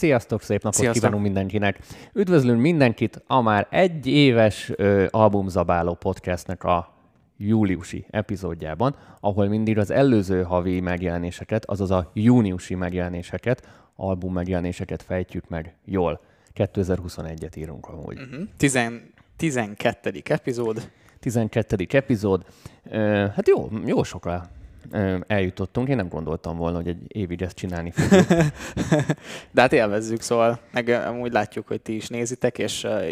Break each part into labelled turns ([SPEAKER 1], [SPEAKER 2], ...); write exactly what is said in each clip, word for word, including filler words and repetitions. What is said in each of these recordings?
[SPEAKER 1] Sziasztok, szép napot
[SPEAKER 2] Sziasztok.
[SPEAKER 1] kívánunk mindenkinek. Üdvözlünk mindenkit a már egy éves ö, albumzabáló podcastnek a júliusi epizódjában, ahol mindig az előző havi megjelenéseket, azaz a júniusi megjelenéseket, album megjelenéseket fejtjük meg jól. kétezer-huszonegyet írunk amúgy.
[SPEAKER 2] Uh-huh. Tizen, tizenkettedik epizód.
[SPEAKER 1] tizenkettedik epizód. Ö, hát jó, jó sokra ö, eljutottunk. Én nem gondoltam volna, hogy egy évig ezt csinálni fogjuk.
[SPEAKER 2] De hát élvezzük, szóval meg amúgy látjuk, hogy ti is nézitek, és uh,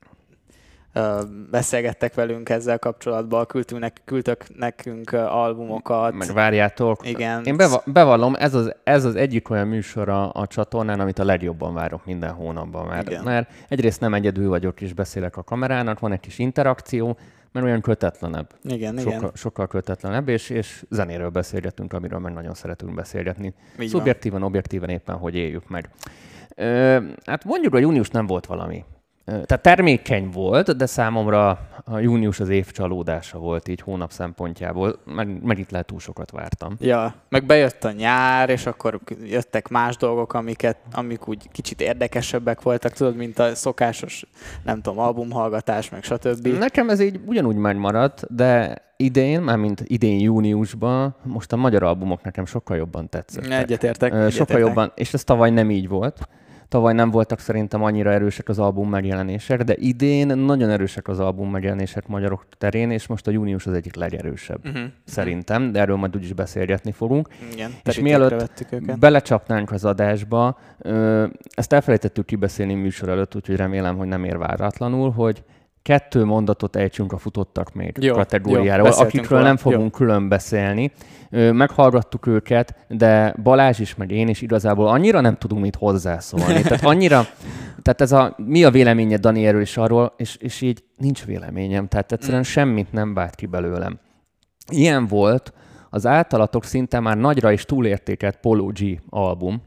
[SPEAKER 2] uh, beszélgettek velünk ezzel kapcsolatban, küldtünk nek, küldtök nekünk uh, albumokat.
[SPEAKER 1] Meg várjátok.
[SPEAKER 2] Igen.
[SPEAKER 1] Én beva- bevallom, ez az, ez az egyik olyan műsor a, a csatornán, amit a legjobban várok minden hónapban. Mert, mert egyrészt nem egyedül vagyok, és beszélek a kamerának, van egy kis interakció, mert olyan kötetlenebb.
[SPEAKER 2] Igen,
[SPEAKER 1] sokkal,
[SPEAKER 2] igen.
[SPEAKER 1] sokkal kötetlenebb, és, és zenéről beszélgetünk, amiről meg nagyon szeretünk beszélgetni.
[SPEAKER 2] Így
[SPEAKER 1] Szubjektíven, van. Objektíven éppen, hogy éljük meg. Ö, hát mondjuk, a június nem volt valami. Tehát termékeny volt, de számomra a június az év csalódása volt így hónap szempontjából, meg, meg itt lehet túl sokat vártam.
[SPEAKER 2] Ja, meg bejött a nyár, és akkor jöttek más dolgok, amiket, amik úgy kicsit érdekesebbek voltak, tudod, mint a szokásos, nem tudom, albumhallgatás, meg stb.
[SPEAKER 1] Nekem ez így ugyanúgy megmaradt, de idén, mármint idén júniusban, most a magyar albumok nekem sokkal jobban tetszettek.
[SPEAKER 2] Egyetértek.
[SPEAKER 1] Sokkal
[SPEAKER 2] egyetértek.
[SPEAKER 1] jobban, és ez tavaly nem így volt. Tavaly nem voltak szerintem annyira erősek az album megjelenések, de idén nagyon erősek az album megjelenések magyarok terén, és most a június az egyik legerősebb uh-huh. szerintem, de erről majd úgyis beszélgetni fogunk.
[SPEAKER 2] Igen,
[SPEAKER 1] és mielőtt belecsapnánk az adásba, ezt elfelejtettük kibeszélni műsor előtt, úgyhogy remélem, hogy nem ér váratlanul, hogy kettő mondatot ejtsünk a futottak még jó, kategóriáról, jó, akikről nem fogunk jó. külön beszélni. Meghallgattuk őket, de Balázs is, meg én is igazából annyira nem tudunk mit hozzászólni. Tehát annyira, tehát ez a, mi a véleményed Dani erről is arról, és, és így nincs véleményem, tehát egyszerűen mm. semmit nem vált ki belőlem. Ilyen volt az általatok szinte már nagyra is túlértékelt Polo G album.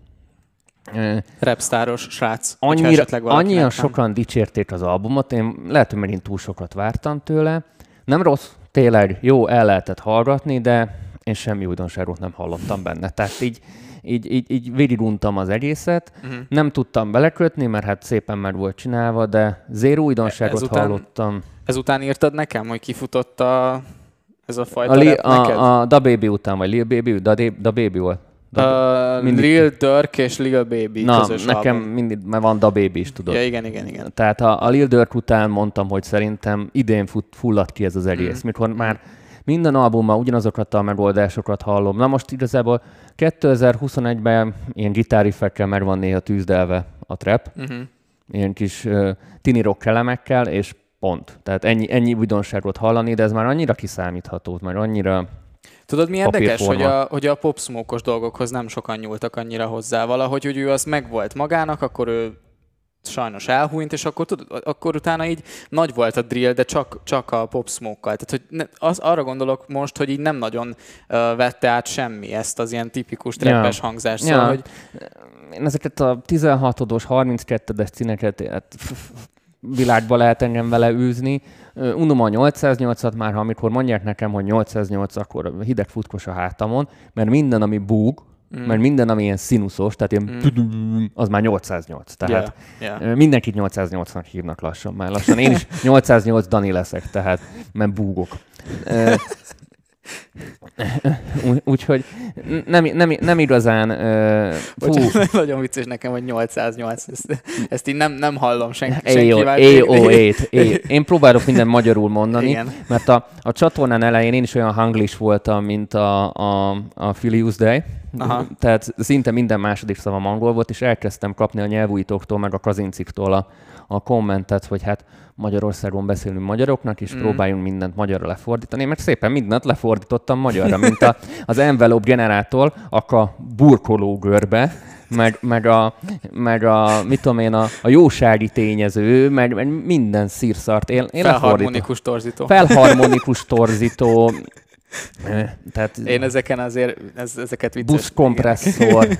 [SPEAKER 2] Rapstáros srác.
[SPEAKER 1] Annyira, annyian sokan dicsérték az albumot, én lehet, hogy megint túl sokat vártam tőle. Nem rossz, tényleg jó, el lehetett hallgatni, de én semmi újdonságot nem hallottam benne. Tehát így, így, így, így végiguntam az egészet, uh-huh. nem tudtam belekötni, mert hát szépen meg volt csinálva, de zéró újdonságot ezután, hallottam.
[SPEAKER 2] Ezután írtad nekem, hogy kifutott a, ez a fajta
[SPEAKER 1] a li,
[SPEAKER 2] rap neked?
[SPEAKER 1] A, a Da Baby után, vagy Lil Baby, Da, da Baby volt.
[SPEAKER 2] Da, uh, Lil Durk és Lil Baby
[SPEAKER 1] Na,
[SPEAKER 2] közös
[SPEAKER 1] nekem
[SPEAKER 2] album.
[SPEAKER 1] mindig, mert van Da Baby is, tudod.
[SPEAKER 2] Ja, igen, igen, igen.
[SPEAKER 1] Tehát a, a Lil Durk után mondtam, hogy szerintem idén fut, fulladt ki ez az egész, mm. mikor már minden albummal ugyanazokat a megoldásokat hallom. Na most igazából kétezer-huszonegyben ilyen gitárriffekkel meg van néha tűzdelve a trap, uh-huh. ilyen kis uh, tini rock elemekkel, és pont. Tehát ennyi, ennyi újdonságot hallani, de ez már annyira kiszámítható, már annyira
[SPEAKER 2] Tudod, mi érdekes, hogy a, hogy a Pop Smoke-os dolgokhoz nem sokan nyúltak annyira hozzá. Valahogy, hogy ő az megvolt magának, akkor ő sajnos elhúnyt, és akkor, tudod, akkor utána így nagy volt a drill, de csak, csak a Pop Smoke-kal. Tehát hogy ne, az, arra gondolok most, hogy így nem nagyon uh, vette át semmi ezt az ilyen tipikus trappes ja. hangzást. Szóval,
[SPEAKER 1] ja.
[SPEAKER 2] hogy...
[SPEAKER 1] Én ezeket a tizenhatodos, harminckettes színeket hát, világba lehet engem vele űzni. Unom a nyolcszáznyolcat már, ha amikor mondják nekem, hogy nyolcszáznyolc, akkor hideg futkos a hátamon, mert minden, ami búg, Mm. mert minden, ami ilyen színuszos, tehát ilyen mm. az már nyolcszáznyolc. Tehát yeah, yeah. mindenkit nyolcszáznyolcnak hívnak lassan már. Lassan én is nyolcszáznyolc Dani leszek, tehát mert búgok. Úgyhogy nem, nem, nem igazán... Uh,
[SPEAKER 2] Bocsánat, nagyon vicces nekem, hogy nyolcszáznyolc. Ezt, ezt így nem, nem hallom senki,
[SPEAKER 1] senkivel. á o nyolc. Én próbálok mindent magyarul mondani, igen. mert a, a csatornán elején én is olyan hanglis voltam, mint a, a, a Filius Day. Aha. Tehát szinte minden második szavam angol volt, és elkezdtem kapni a nyelvújítóktól, meg a kazinciktól a, a kommentet, hogy hát Magyarországon beszélünk magyaroknak, és mm. próbáljunk mindent magyarra lefordítani. Mert szépen mindent lefordítottam magyarra, mint a, az envelope generátor, a burkoló görbe, meg, meg, a, meg a, mit tudom én, a, a jósági tényező, meg, meg minden szírszart. Én, én
[SPEAKER 2] Felharmonikus torzító.
[SPEAKER 1] Felharmonikus torzító. Tehát
[SPEAKER 2] én ezeken azért, ez, ezeket vicces.
[SPEAKER 1] Buszkompresszor.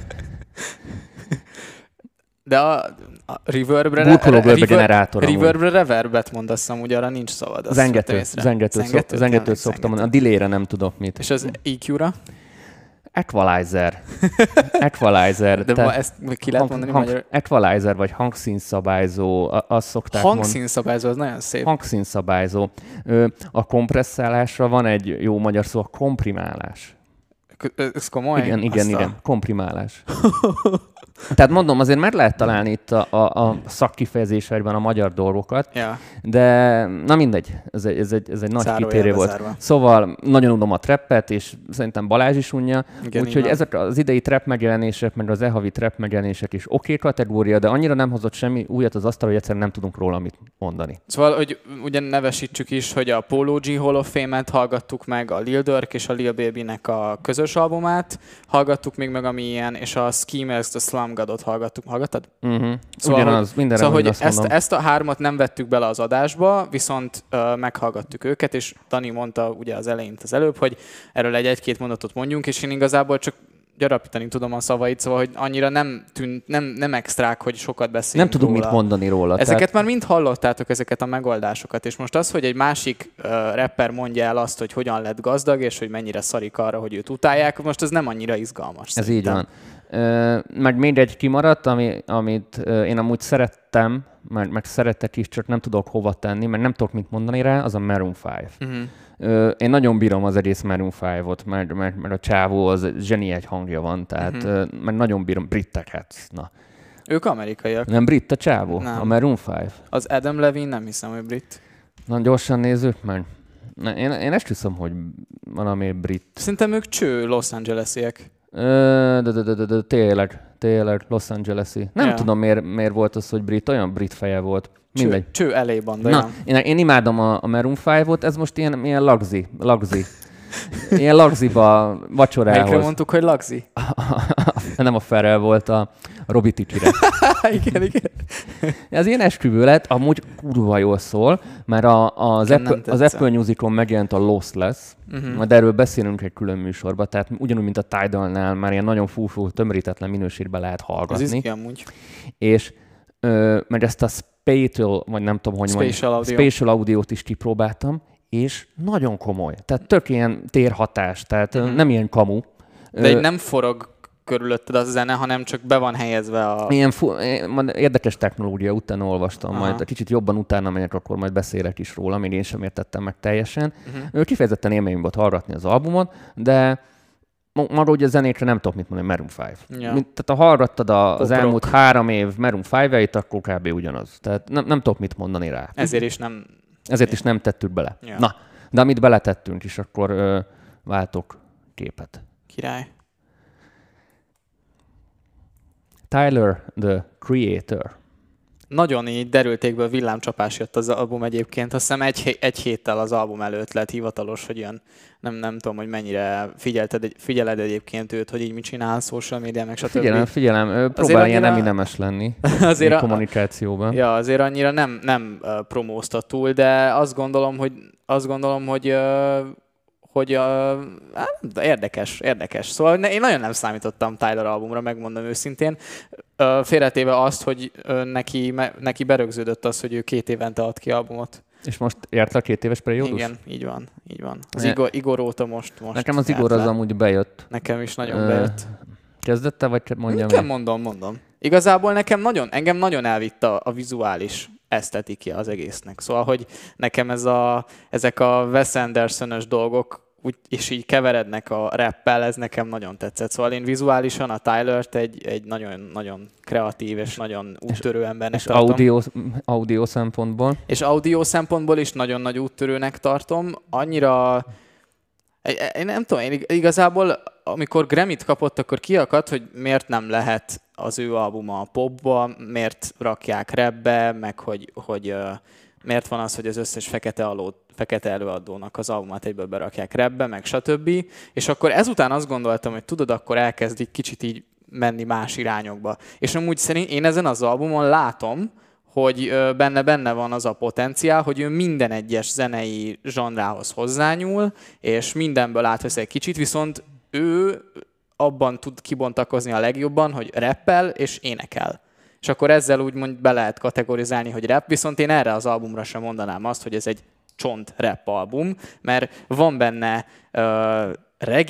[SPEAKER 2] De a, a reverbre,
[SPEAKER 1] burkológörbe generátor.
[SPEAKER 2] Reverbre reverbet mondasz, amúgy arra nincs szabad.
[SPEAKER 1] Zengetőt, zengetőt, zengetőt, zengetőt szoktam mondani. A delay-re nem tudok mit.
[SPEAKER 2] És az é kú-ra?
[SPEAKER 1] Equalizer. Equalizer.
[SPEAKER 2] De ma ezt ki lehet mondani hang,
[SPEAKER 1] hang, Equalizer, vagy hangszínszabályzó, azt szokták mondani.
[SPEAKER 2] Hangszínszabályzó, az nagyon szép.
[SPEAKER 1] Hangszínszabályzó. A kompresszálásra van egy jó magyar szó, a komprimálás.
[SPEAKER 2] Ez komoly?
[SPEAKER 1] Igen, igen, Aztán... igen. Komprimálás. Tehát mondom, azért meg lehet találni itt a, a, a szakkifejezéseiben a magyar dolgokat,
[SPEAKER 2] ja.
[SPEAKER 1] de na mindegy, ez egy, ez egy, ez egy nagy
[SPEAKER 2] Zárójelbe
[SPEAKER 1] kitérő volt.
[SPEAKER 2] Zárva.
[SPEAKER 1] Szóval nagyon udom a trappet, és szerintem Balázs is unja, úgyhogy ezek az idei trap megjelenések, meg az e-havi trap megjelenések is oké kategória, de annyira nem hozott semmi újat az asztalra, hogy egyszerűen nem tudunk róla mit mondani.
[SPEAKER 2] Szóval, hogy ugye nevesítsük is, hogy a Polo G Hall of Fame-et hallgattuk meg, a Lil Durk és a Lil Baby-nek a közös albumát hallgattuk még meg, ami ilyen, és a Schemers, a Slum Godot hallgattuk. Hallgattad?
[SPEAKER 1] Uh-huh. Szóval, Ugyanaz, mindenre
[SPEAKER 2] szóval, hogy ezt, ezt a hármat nem vettük bele az adásba, viszont uh, meghallgattuk őket, és Dani mondta ugye az elején az előbb, hogy erről egy egy-két mondatot mondjunk, és én igazából csak gyarapítani tudom a szavait, szóval, hogy annyira nem tűnt, nem, nem extrák, hogy sokat beszélünk
[SPEAKER 1] Nem tudunk
[SPEAKER 2] róla.
[SPEAKER 1] mit mondani róla.
[SPEAKER 2] Ezeket
[SPEAKER 1] tehát...
[SPEAKER 2] már mind hallottátok, ezeket a megoldásokat, és most az, hogy egy másik uh, rapper mondja el azt, hogy hogyan lett gazdag, és hogy mennyire szarik arra, hogy őt utálják, most ez nem annyira izgalmas.
[SPEAKER 1] Ez
[SPEAKER 2] szerintem.
[SPEAKER 1] így van. Uh, meg még egy kimaradt, ami, amit uh, én amúgy szerettem, meg, meg szeretek is, csak nem tudok hova tenni, mert nem tudok mit mondani rá, az a Maroon öt. Uh-huh. Uh, én nagyon bírom az egész Maroon ötöt, mert, mert, mert a csávó az zseni egy hangja van, tehát uh-huh. uh, mert nagyon bírom britteket. Na.
[SPEAKER 2] Ők amerikaiak.
[SPEAKER 1] Nem brit a csávó?
[SPEAKER 2] Nem.
[SPEAKER 1] A Maroon öt?
[SPEAKER 2] Az Adam Levine nem hiszem, hogy brit.
[SPEAKER 1] Na gyorsan nézzük meg. Na, én, én esküszöm, hogy valami brit.
[SPEAKER 2] Szerintem ők cső Los Angeles-iek.
[SPEAKER 1] De, de, de, de, de, tényleg, tényleg, Los Angeles-i. Nem ja. tudom, miért, miért volt az, hogy brit, olyan brit feje volt. Mindegy.
[SPEAKER 2] Cső, cső elé banda.
[SPEAKER 1] Na, én, én imádom a, a Maroon ötöt, ez most ilyen, ilyen lagzi, lagzi. Ilyen lagziba vacsorához.
[SPEAKER 2] Melyikre mondtuk, hogy lagzi?
[SPEAKER 1] Nem a Ferrell volt, a Robi Ticsire.
[SPEAKER 2] igen, igen.
[SPEAKER 1] Ez ilyen esküvő lett, amúgy kurva jól szól, mert a, az, Apple, az Apple Musicon megjelent a Lossless, uh-huh. majd erről beszélünk egy külön műsorban, tehát ugyanúgy, mint a Tidalnál, már ilyen nagyon fúfú, tömörítetlen minőségben lehet hallgatni.
[SPEAKER 2] Ez is amúgy.
[SPEAKER 1] És ö, meg ezt a Spatial, vagy nem tudom, hogy
[SPEAKER 2] Spatial,
[SPEAKER 1] mondjam,
[SPEAKER 2] audio.
[SPEAKER 1] Spatial Audio-t is kipróbáltam, és nagyon komoly. Tehát tök ilyen térhatás, tehát uh-huh. nem ilyen kamu.
[SPEAKER 2] De így nem forog körülötted az zene, hanem csak be van helyezve a...
[SPEAKER 1] Ilyen fu- érdekes technológia, utána olvastam, Aha. majd kicsit jobban utána megyek, akkor majd beszélek is róla, még én sem értettem meg teljesen. Uh-huh. Kifejezetten élmény volt hallgatni az albumot, de maga ugye a zenékre nem tudok mit mondani, Maroon öt. Ja. Mint, tehát ha hallgattad a, az elmúlt három év Maroon ötöt, akkor kb. Ugyanaz. Tehát nem, nem tudok mit mondani rá.
[SPEAKER 2] Ezért is nem...
[SPEAKER 1] Ezért is nem tettük bele.
[SPEAKER 2] Ja.
[SPEAKER 1] Na, de amit beletettünk is, akkor ö, váltok képet.
[SPEAKER 2] Király.
[SPEAKER 1] Tyler, the Creator.
[SPEAKER 2] Nagyon így derültékből villámcsapás jött az album egyébként. Azt hiszem egy, egy héttel az album előtt lett hivatalos, hogy ilyen, nem, nem tudom, hogy mennyire figyelted, figyeled egyébként őt, hogy így mit csinál, social media, meg stb.
[SPEAKER 1] Figyelem, figyelem. Ő próbál ilyen eminemes lenni azért a kommunikációban.
[SPEAKER 2] Ja, azért annyira nem, nem uh, promózta túl, de azt gondolom, hogy, azt gondolom, hogy uh, hogy uh, de érdekes, érdekes. Szóval ne, én nagyon nem számítottam Tyler albumra, megmondom őszintén. Uh, félretéve azt, hogy uh, neki, me, neki berögződött az, hogy ő két évente ad ki albumot.
[SPEAKER 1] És most járt a két éves periódus?
[SPEAKER 2] Igen, így van, így van. Az Igor, Igor óta most, most
[SPEAKER 1] Nekem az Igor az amúgy bejött.
[SPEAKER 2] Nekem is nagyon uh, bejött.
[SPEAKER 1] Kezdette, vagy mondjam?
[SPEAKER 2] Nekem mondom, mondom. Igazából nekem nagyon, engem nagyon elvitt a, a vizuális esztetikja az egésznek. Szóval, hogy nekem ez a, ezek a Wes Anderson-ös dolgok, úgy, és így keverednek a rappel, ez nekem nagyon tetszett. Szóval én vizuálisan a Tylert egy, egy nagyon-nagyon kreatív és nagyon úttörő embernek
[SPEAKER 1] és
[SPEAKER 2] tartom.
[SPEAKER 1] Audio, audio szempontból?
[SPEAKER 2] És audio szempontból is nagyon nagy úttörőnek tartom. Annyira... Én nem tudom, én igazából amikor Grammy-t kapott, akkor kiakadt, hogy miért nem lehet az ő albuma a popba, miért rakják rapbe, meg hogy, hogy uh, miért van az, hogy az összes fekete, aló, fekete előadónak az albumát egyből berakják rapbe, meg stb. És akkor ezután azt gondoltam, hogy tudod, akkor elkezdik kicsit így menni más irányokba. És amúgy szerint én ezen az albumon látom, hogy benne-benne van az a potenciál, hogy ő minden egyes zenei zsanrához hozzányúl, és mindenből átvesz egy kicsit, viszont ő abban tud kibontakozni a legjobban, hogy rappel és énekel. És akkor ezzel úgymond be lehet kategorizálni, hogy rap, viszont én erre az albumra sem mondanám azt, hogy ez egy csont rap album, mert van benne uh, reggae,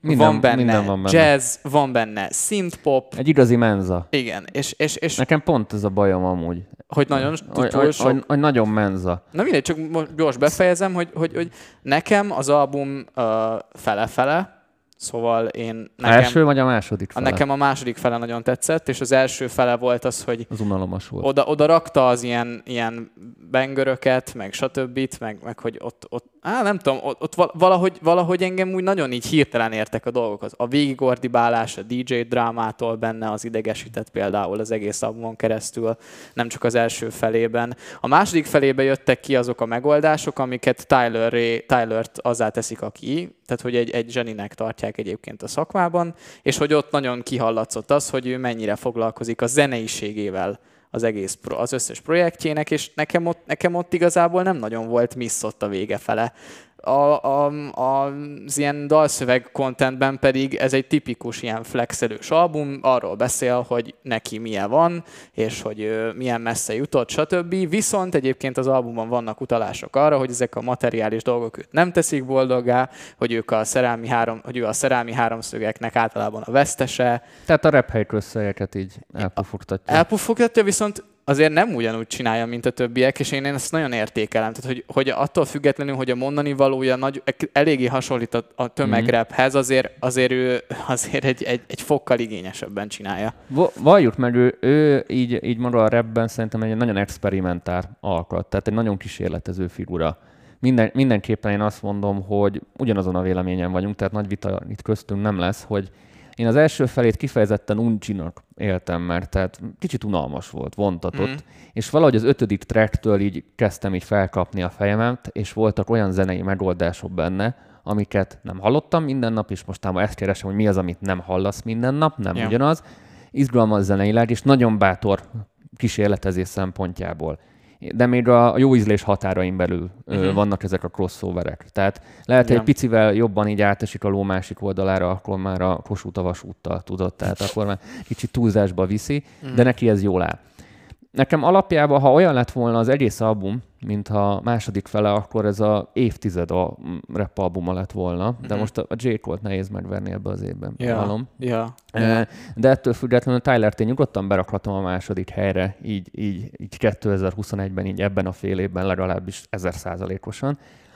[SPEAKER 1] Minden,
[SPEAKER 2] van benne
[SPEAKER 1] minden van benne.
[SPEAKER 2] jazz, van benne synth-pop.
[SPEAKER 1] Egy igazi menza.
[SPEAKER 2] Igen, és, és, és...
[SPEAKER 1] Nekem pont ez a bajom amúgy.
[SPEAKER 2] Hogy nagyon
[SPEAKER 1] hogy,
[SPEAKER 2] túl
[SPEAKER 1] hogy,
[SPEAKER 2] sok...
[SPEAKER 1] hogy, hogy nagyon menza.
[SPEAKER 2] Na mindegy, csak gyors befejezem, hogy, hogy, hogy nekem az album uh, fele-fele, szóval én... Nekem,
[SPEAKER 1] első vagy a második fele?
[SPEAKER 2] Nekem a második fele nagyon tetszett, és az első fele volt az, hogy...
[SPEAKER 1] Az unalmas volt.
[SPEAKER 2] Oda, oda rakta az ilyen, ilyen bangöröket, meg stb. meg, meg hogy ott, ott á, nem tudom, ott, ott valahogy, valahogy engem úgy nagyon így hirtelen értek a dolgok. A végigordibálás, a dé dzsé drámától benne az idegesített például az egész albumon keresztül, nem csak az első felében. A második felében jöttek ki azok a megoldások, amiket Tyler Ray, Tylert azzá teszik, aki, tehát hogy egy, egy zseninek tartják egyébként a szakmában, és hogy ott nagyon kihallatszott az, hogy ő mennyire foglalkozik a zeneiségével az egész, az összes projektjének, és nekem ott, nekem ott igazából nem nagyon volt miss ott a vége fele. A, a, a, az ilyen dalszöveg contentben pedig ez egy tipikus ilyen flexelős album, arról beszél, hogy neki milyen van, és hogy ő milyen messze jutott, stb. Viszont egyébként az albumban vannak utalások arra, hogy ezek a materiális dolgok őt nem teszik boldoggá, hogy, ők a szerelmi három, hogy ő a szerelmi háromszögeknek általában a vesztese.
[SPEAKER 1] Tehát a rap összegeket így elpufogtatja.
[SPEAKER 2] Elpufogtatja, viszont azért nem ugyanúgy csinálja, mint a többiek, és én, én ezt nagyon értékelem. Tehát, hogy, hogy attól függetlenül, hogy a mondani valója nagy, eléggé hasonlít a, a tömegraphez, azért, azért ő azért egy, egy, egy fokkal igényesebben csinálja.
[SPEAKER 1] Valljuk meg, ő, ő így, így maga a rapben szerintem egy nagyon experimentál alkat, tehát egy nagyon kísérletező figura. Minden, mindenképpen én azt mondom, hogy ugyanazon a véleményen vagyunk, tehát nagy vita itt köztünk nem lesz, hogy én az első felét kifejezetten uncsinak éltem, mert tehát kicsit unalmas volt, vontatott, mm. és valahogy az ötödik tracktől így kezdtem így felkapni a fejemet, és voltak olyan zenei megoldások benne, amiket nem hallottam minden nap, és mostában ezt keresem, hogy mi az, amit nem hallasz minden nap, nem yeah. ugyanaz. Izgalmas zeneileg, és nagyon bátor kísérletezés szempontjából. De még a jó ízlés határain belül uh-huh. vannak ezek a crossoverek. Tehát lehet, hogy yeah. egy picivel jobban így átesik a ló másik oldalára, akkor már a Kossuth a vasúttal tudod, tehát akkor már kicsit túlzásba viszi, uh-huh. de neki ez jól áll. Nekem alapjában, ha olyan lett volna az egész album, mint a második fele, akkor ez a évtized a rap albuma lett volna, de mm-hmm. most a J. Cole-t nehéz megverni ebbe az évben.
[SPEAKER 2] Ja, ja,
[SPEAKER 1] ja. De ettől függetlenül Tylert én nyugodtan berakhatom a második helyre, így, így, így kétezer-huszonegyben, így ebben a fél évben legalábbis ezer százalékosan.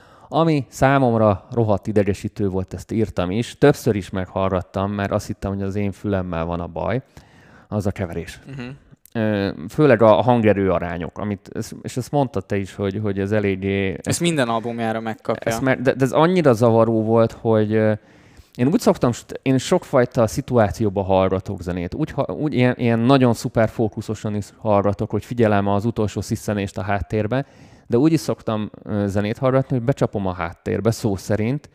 [SPEAKER 1] Ami számomra rohadt idegesítő volt, ezt írtam is, többször is meghallgattam, mert azt hittem, hogy az én fülemmel van a baj, az a keverés. Mm-hmm. Főleg a hangerő arányok, amit, és ezt mondtad te is, hogy, hogy ez eléggé...
[SPEAKER 2] Ezt, ezt minden albumjára megkapja.
[SPEAKER 1] Ezt, de, de ez annyira zavaró volt, hogy én úgy szoktam, én sokfajta szituációban hallgatok zenét. Úgy, úgy ilyen, ilyen nagyon szuper fókuszosan is hallgatok, hogy figyelem az utolsó sziszenést a háttérben, de úgy is szoktam zenét hallgatni, hogy becsapom a háttérbe, szó szerint,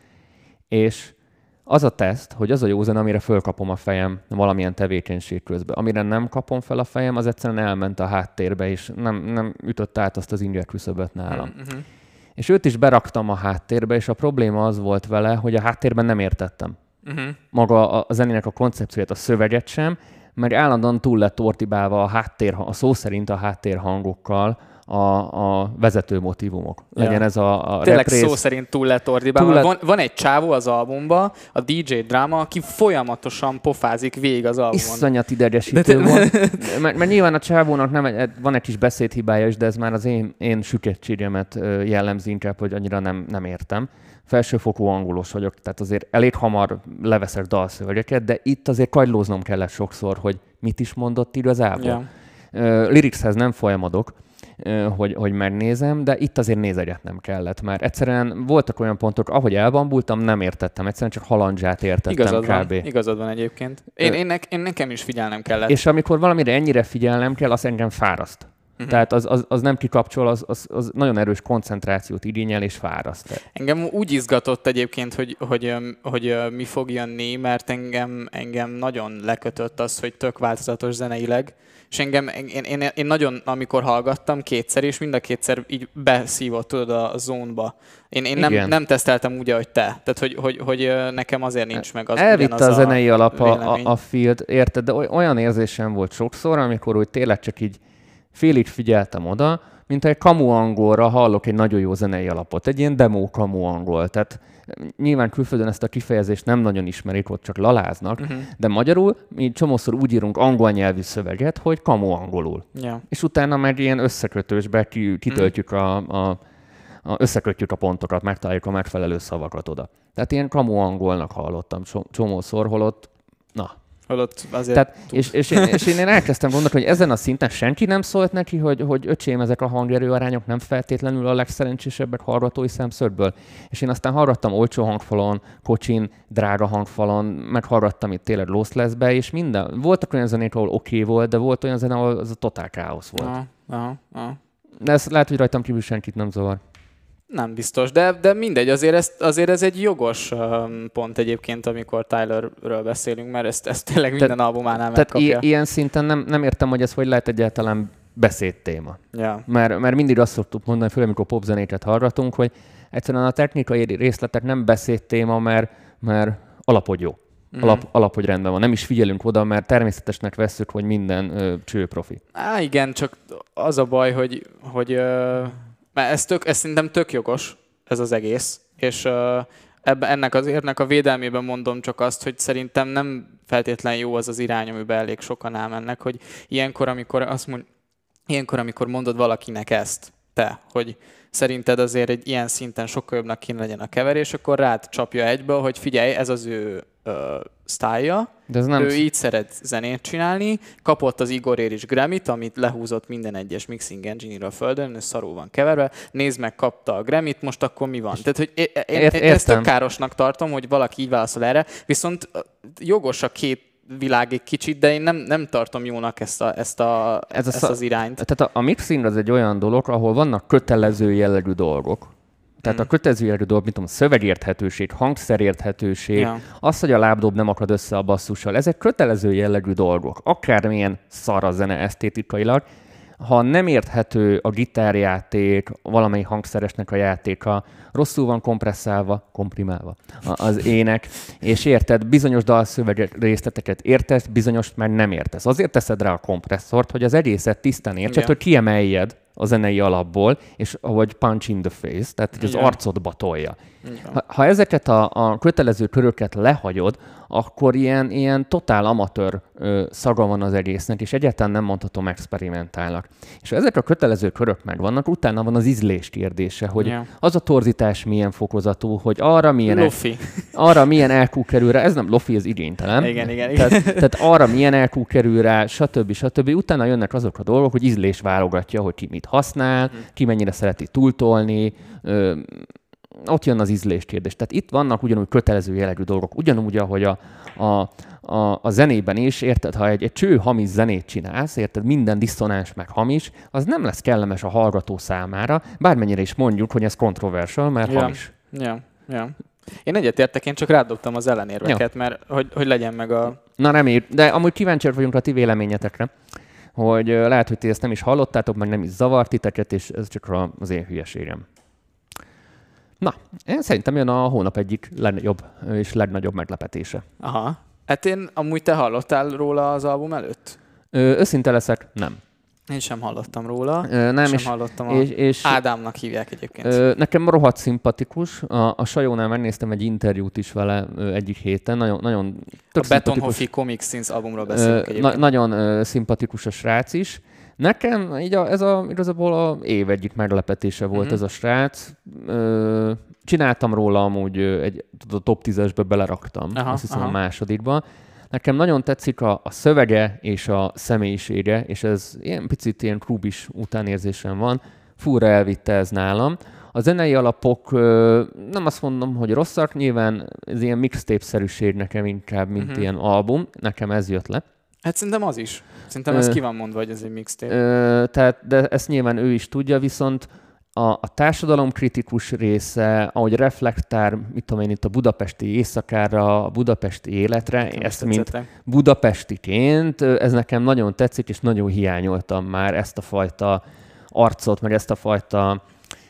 [SPEAKER 1] és az a teszt, hogy az a jó zene, amire fölkapom a fejem valamilyen tevékenység közben. Amire nem kapom fel a fejem, az egyszerűen elment a háttérbe, és nem, nem ütött át azt az inger küszöböt nálam. Mm-hmm. És őt is beraktam a háttérbe, és a probléma az volt vele, hogy a háttérben nem értettem. Mm-hmm. Maga a, a zenének a koncepcióját, a szöveget sem, mert állandóan túl lett tortibálva a háttér, a szó szerint a háttérhangokkal, A, a vezető motívumok. Legyen ja. ez a, a
[SPEAKER 2] Tényleg
[SPEAKER 1] représz.
[SPEAKER 2] Szó szerint túl lett ordibálva. Túl lett... Van, van egy csávó az albumban, a dé dzsé Drama, aki folyamatosan pofázik végig az albumon.
[SPEAKER 1] Iszonyat idegesítő volt. mert, mert nyilván a csávónak nem egy, van egy kis beszédhibája is, de ez már az én, én sükettségemet jellemzi inkább, hogy annyira nem, nem értem. Felsőfokú angolos vagyok, tehát azért elég hamar leveszek dalszövegeket, de itt azért kagylóznom kellett sokszor, hogy mit is mondott igazából. Ja. Uh, Lyricshez nem folyamodok, Hogy, hogy megnézem, de itt azért nézegetnem kellett, mert egyszerűen voltak olyan pontok, ahogy elbambultam, nem értettem, egyszerűen csak halandzsát értettem.
[SPEAKER 2] Igazad
[SPEAKER 1] kb.
[SPEAKER 2] Van, igazad van egyébként. Én, én, ne, én nekem is figyelnem kellett.
[SPEAKER 1] És amikor valamire ennyire figyelnem kell, az engem fáraszt. Uh-huh. Tehát az, az, az nem kikapcsol, az, az, az nagyon erős koncentrációt igényel és fáraszt.
[SPEAKER 2] Engem úgy izgatott egyébként, hogy, hogy, hogy, hogy mi fog jönni, mert engem, engem nagyon lekötött az, hogy tök változatos zeneileg, és engem, én, én, én nagyon, amikor hallgattam kétszer, és mind a kétszer így beszívott, tudod, a zónba. Én, én nem, nem teszteltem úgy, ahogy te. Tehát, hogy, hogy, hogy nekem azért nincs meg az
[SPEAKER 1] elvitte a zenei a alap a, a field, érted? De olyan érzésem volt sokszor, amikor úgy tényleg csak így félig figyeltem oda, mint egy kamu angolra hallok egy nagyon jó zenei alapot, egy ilyen demo kamu angol. Tehát nyilván külföldön ezt a kifejezést nem nagyon ismerik, ott csak laláznak, uh-huh. de magyarul mi csomószor úgy írunk angol nyelvű szöveget, hogy kamu angolul.
[SPEAKER 2] Yeah.
[SPEAKER 1] És utána meg ilyen összekötősbe kitöltjük uh-huh. a, a, a, összekötjük a pontokat, megtaláljuk a megfelelő szavakat oda. Tehát ilyen kamu angolnak hallottam csomószor, holott, na, Tehát, és, és, én, és én elkezdtem gondolni, hogy ezen a szinten senki nem szólt neki, hogy, hogy öcsém, ezek a hangerőarányok nem feltétlenül a legszerencsésebbek hallgatói szemszögből. És én aztán hallgattam olcsó hangfalon, kocsin, drága hangfalon, meghallgattam itt tényleg Lossless-be, és minden. Voltak olyan zenék, ahol oké okay volt, de volt olyan zene, ahol az a totál káosz volt. Aha, aha, aha. De ezt lehet, hogy rajtam kívül senkit nem zavar.
[SPEAKER 2] Nem biztos, de, de mindegy, azért ez, azért ez egy jogos um, pont egyébként, amikor Tylerről beszélünk, mert ezt, ezt tényleg minden Te, albumánál megkapja.
[SPEAKER 1] Tehát i- ilyen szinten nem, nem értem, hogy ez hogy lehet egyáltalán beszédtéma.
[SPEAKER 2] Yeah.
[SPEAKER 1] Mert, mert mindig azt szoktuk mondani, főleg amikor popzenéket hallgatunk, hogy egyszerűen a technikai részletek nem beszédtéma, mert, mert alapod jó. Mm. Alap, alaphogy rendben van. Nem is figyelünk oda, mert természetesnek vesszük, hogy minden ö, cső profi.
[SPEAKER 2] Á, igen, csak az a baj, hogy... hogy ö... Mert ez, tök, ez szerintem tök jogos, ez az egész, és uh, ebbe, ennek az érnek a védelmében mondom csak azt, hogy szerintem nem feltétlen jó az az irány, amiben elég sokan elmennek, hogy ilyenkor, amikor azt mond, ilyenkor, amikor mondod valakinek ezt, te, hogy szerinted azért egy ilyen szinten sokkal jobbnak kéne legyen a keverés, akkor rád csapja egyből, hogy figyelj, ez az ő uh, sztájlja, ő sz... így szeret zenét csinálni, kapott az Igorér is Grammy-t, amit lehúzott minden egyes mixing engine-ről a földön, ez szarul van keverve, nézd meg, kapta a Grammy-t, most akkor mi van? Tehát, hogy én, én, Ért, én ezt tök károsnak tartom, hogy valaki így válaszol erre, viszont jogos a két világ egy kicsit, de én nem, nem tartom jónak ezt, a, ezt, a, Ez ezt a, az irányt.
[SPEAKER 1] Tehát a, a mixing az egy olyan dolog, ahol vannak kötelező jellegű dolgok. Tehát hmm. a kötelező jellegű dolgok, mint tudom, szövegérthetőség, hangszerérthetőség, ja. az, hogy a lábdob nem akad össze a basszussal, ezek kötelező jellegű dolgok. Akármilyen szar a zene esztétikailag, ha nem érthető a gitárjáték, valamelyik hangszeresnek a játéka, rosszul van kompresszálva, komprimálva az ének, és érted, bizonyos dalszöveg részleteket értesz, bizonyos már nem értesz. Azért teszed rá a kompresszort, hogy az egészet tisztán értsed, hogy kiemeljed a zenei alapból, és ahogy punch in the face, tehát hogy az arcodba tolja. Ha, ha ezeket a, a kötelező köröket lehagyod, akkor ilyen, ilyen totál amatőr ö, szaga van az egésznek, és egyáltalán nem mondhatom experimentálnak. És ha ezek a kötelező körök megvannak, utána van az ízlés kérdése, hogy yeah. az a torzítás milyen fokozatú, hogy arra milyen, el, arra milyen é kú kerül rá, ez nem lofi, ez igénytelen.
[SPEAKER 2] Igen, igen, igen.
[SPEAKER 1] Tehát, tehát arra milyen é kú kerül rá, stb. stb. Utána jönnek azok a dolgok, hogy ízlés válogatja, hogy ki mit használ, mm. ki mennyire szereti túltolni, ö, ott jön az ízlés kérdés. Tehát itt vannak ugyanúgy kötelező jellegű dolgok, ugyanúgy, ahogy a, a, a, a zenében is, érted, ha egy, egy cső hamis zenét csinálsz, érted, minden diszonáns meg hamis, az nem lesz kellemes a hallgató számára, bármennyire is mondjuk, hogy ez controversial, mert
[SPEAKER 2] ja.
[SPEAKER 1] hamis.
[SPEAKER 2] Ja, ja. Én egyetértek, én csak rádobtam az ellenérveket, ja. mert hogy, hogy legyen meg a...
[SPEAKER 1] Na reméljük, de amúgy kíváncsiak vagyunk a ti véleményetekre, hogy lehet, hogy ti ezt nem is hallottátok, meg nem is zavart titeket, és ez csak az én hülyeségem. Na, én szerintem jön a hónap egyik legjobb és legnagyobb meglepetése.
[SPEAKER 2] Aha. Hát én amúgy te hallottál róla az album előtt?
[SPEAKER 1] Ö, őszinte leszek, nem.
[SPEAKER 2] Én sem hallottam róla.
[SPEAKER 1] Ö, nem,
[SPEAKER 2] sem
[SPEAKER 1] és,
[SPEAKER 2] hallottam.
[SPEAKER 1] És, és,
[SPEAKER 2] Ádámnak hívják egyébként.
[SPEAKER 1] Ö, nekem rohadt szimpatikus. A, a Sajónál megnéztem egy interjút is vele ö, egyik héten. Nagyon, nagyon
[SPEAKER 2] tök a Betonhoffi Comic Scenes albumról beszélünk egyébként.
[SPEAKER 1] Na, nagyon ö, szimpatikus a srác is. Nekem így a, ez a, igazából a év egyik meglepetése volt uh-huh. ez a srác. Ö, csináltam róla amúgy egy a top tízesbe beleraktam, aha, azt hiszem aha. a másodikba. Nekem nagyon tetszik a, a szövege és a személyisége, és ez ilyen picit ilyen klubis utánérzésem van. Fúra elvitte ez nálam. A zenei alapok nem azt mondom, hogy rosszak, nyilván ez ilyen mixtape-szerűség nekem inkább, mint uh-huh. ilyen album. Nekem ez jött le.
[SPEAKER 2] Hát szerintem az is. Szerintem ez ki van mondva, hogy ez egy mixtape.
[SPEAKER 1] Ö, tehát, de ezt nyilván ő is tudja, viszont a, a társadalomkritikus része, ahogy reflektál, mit tudom én, itt a budapesti éjszakára, a budapesti életre, nem ezt mint budapestiként, ez nekem nagyon tetszik, és nagyon hiányoltam már ezt a fajta arcot, meg ezt a fajta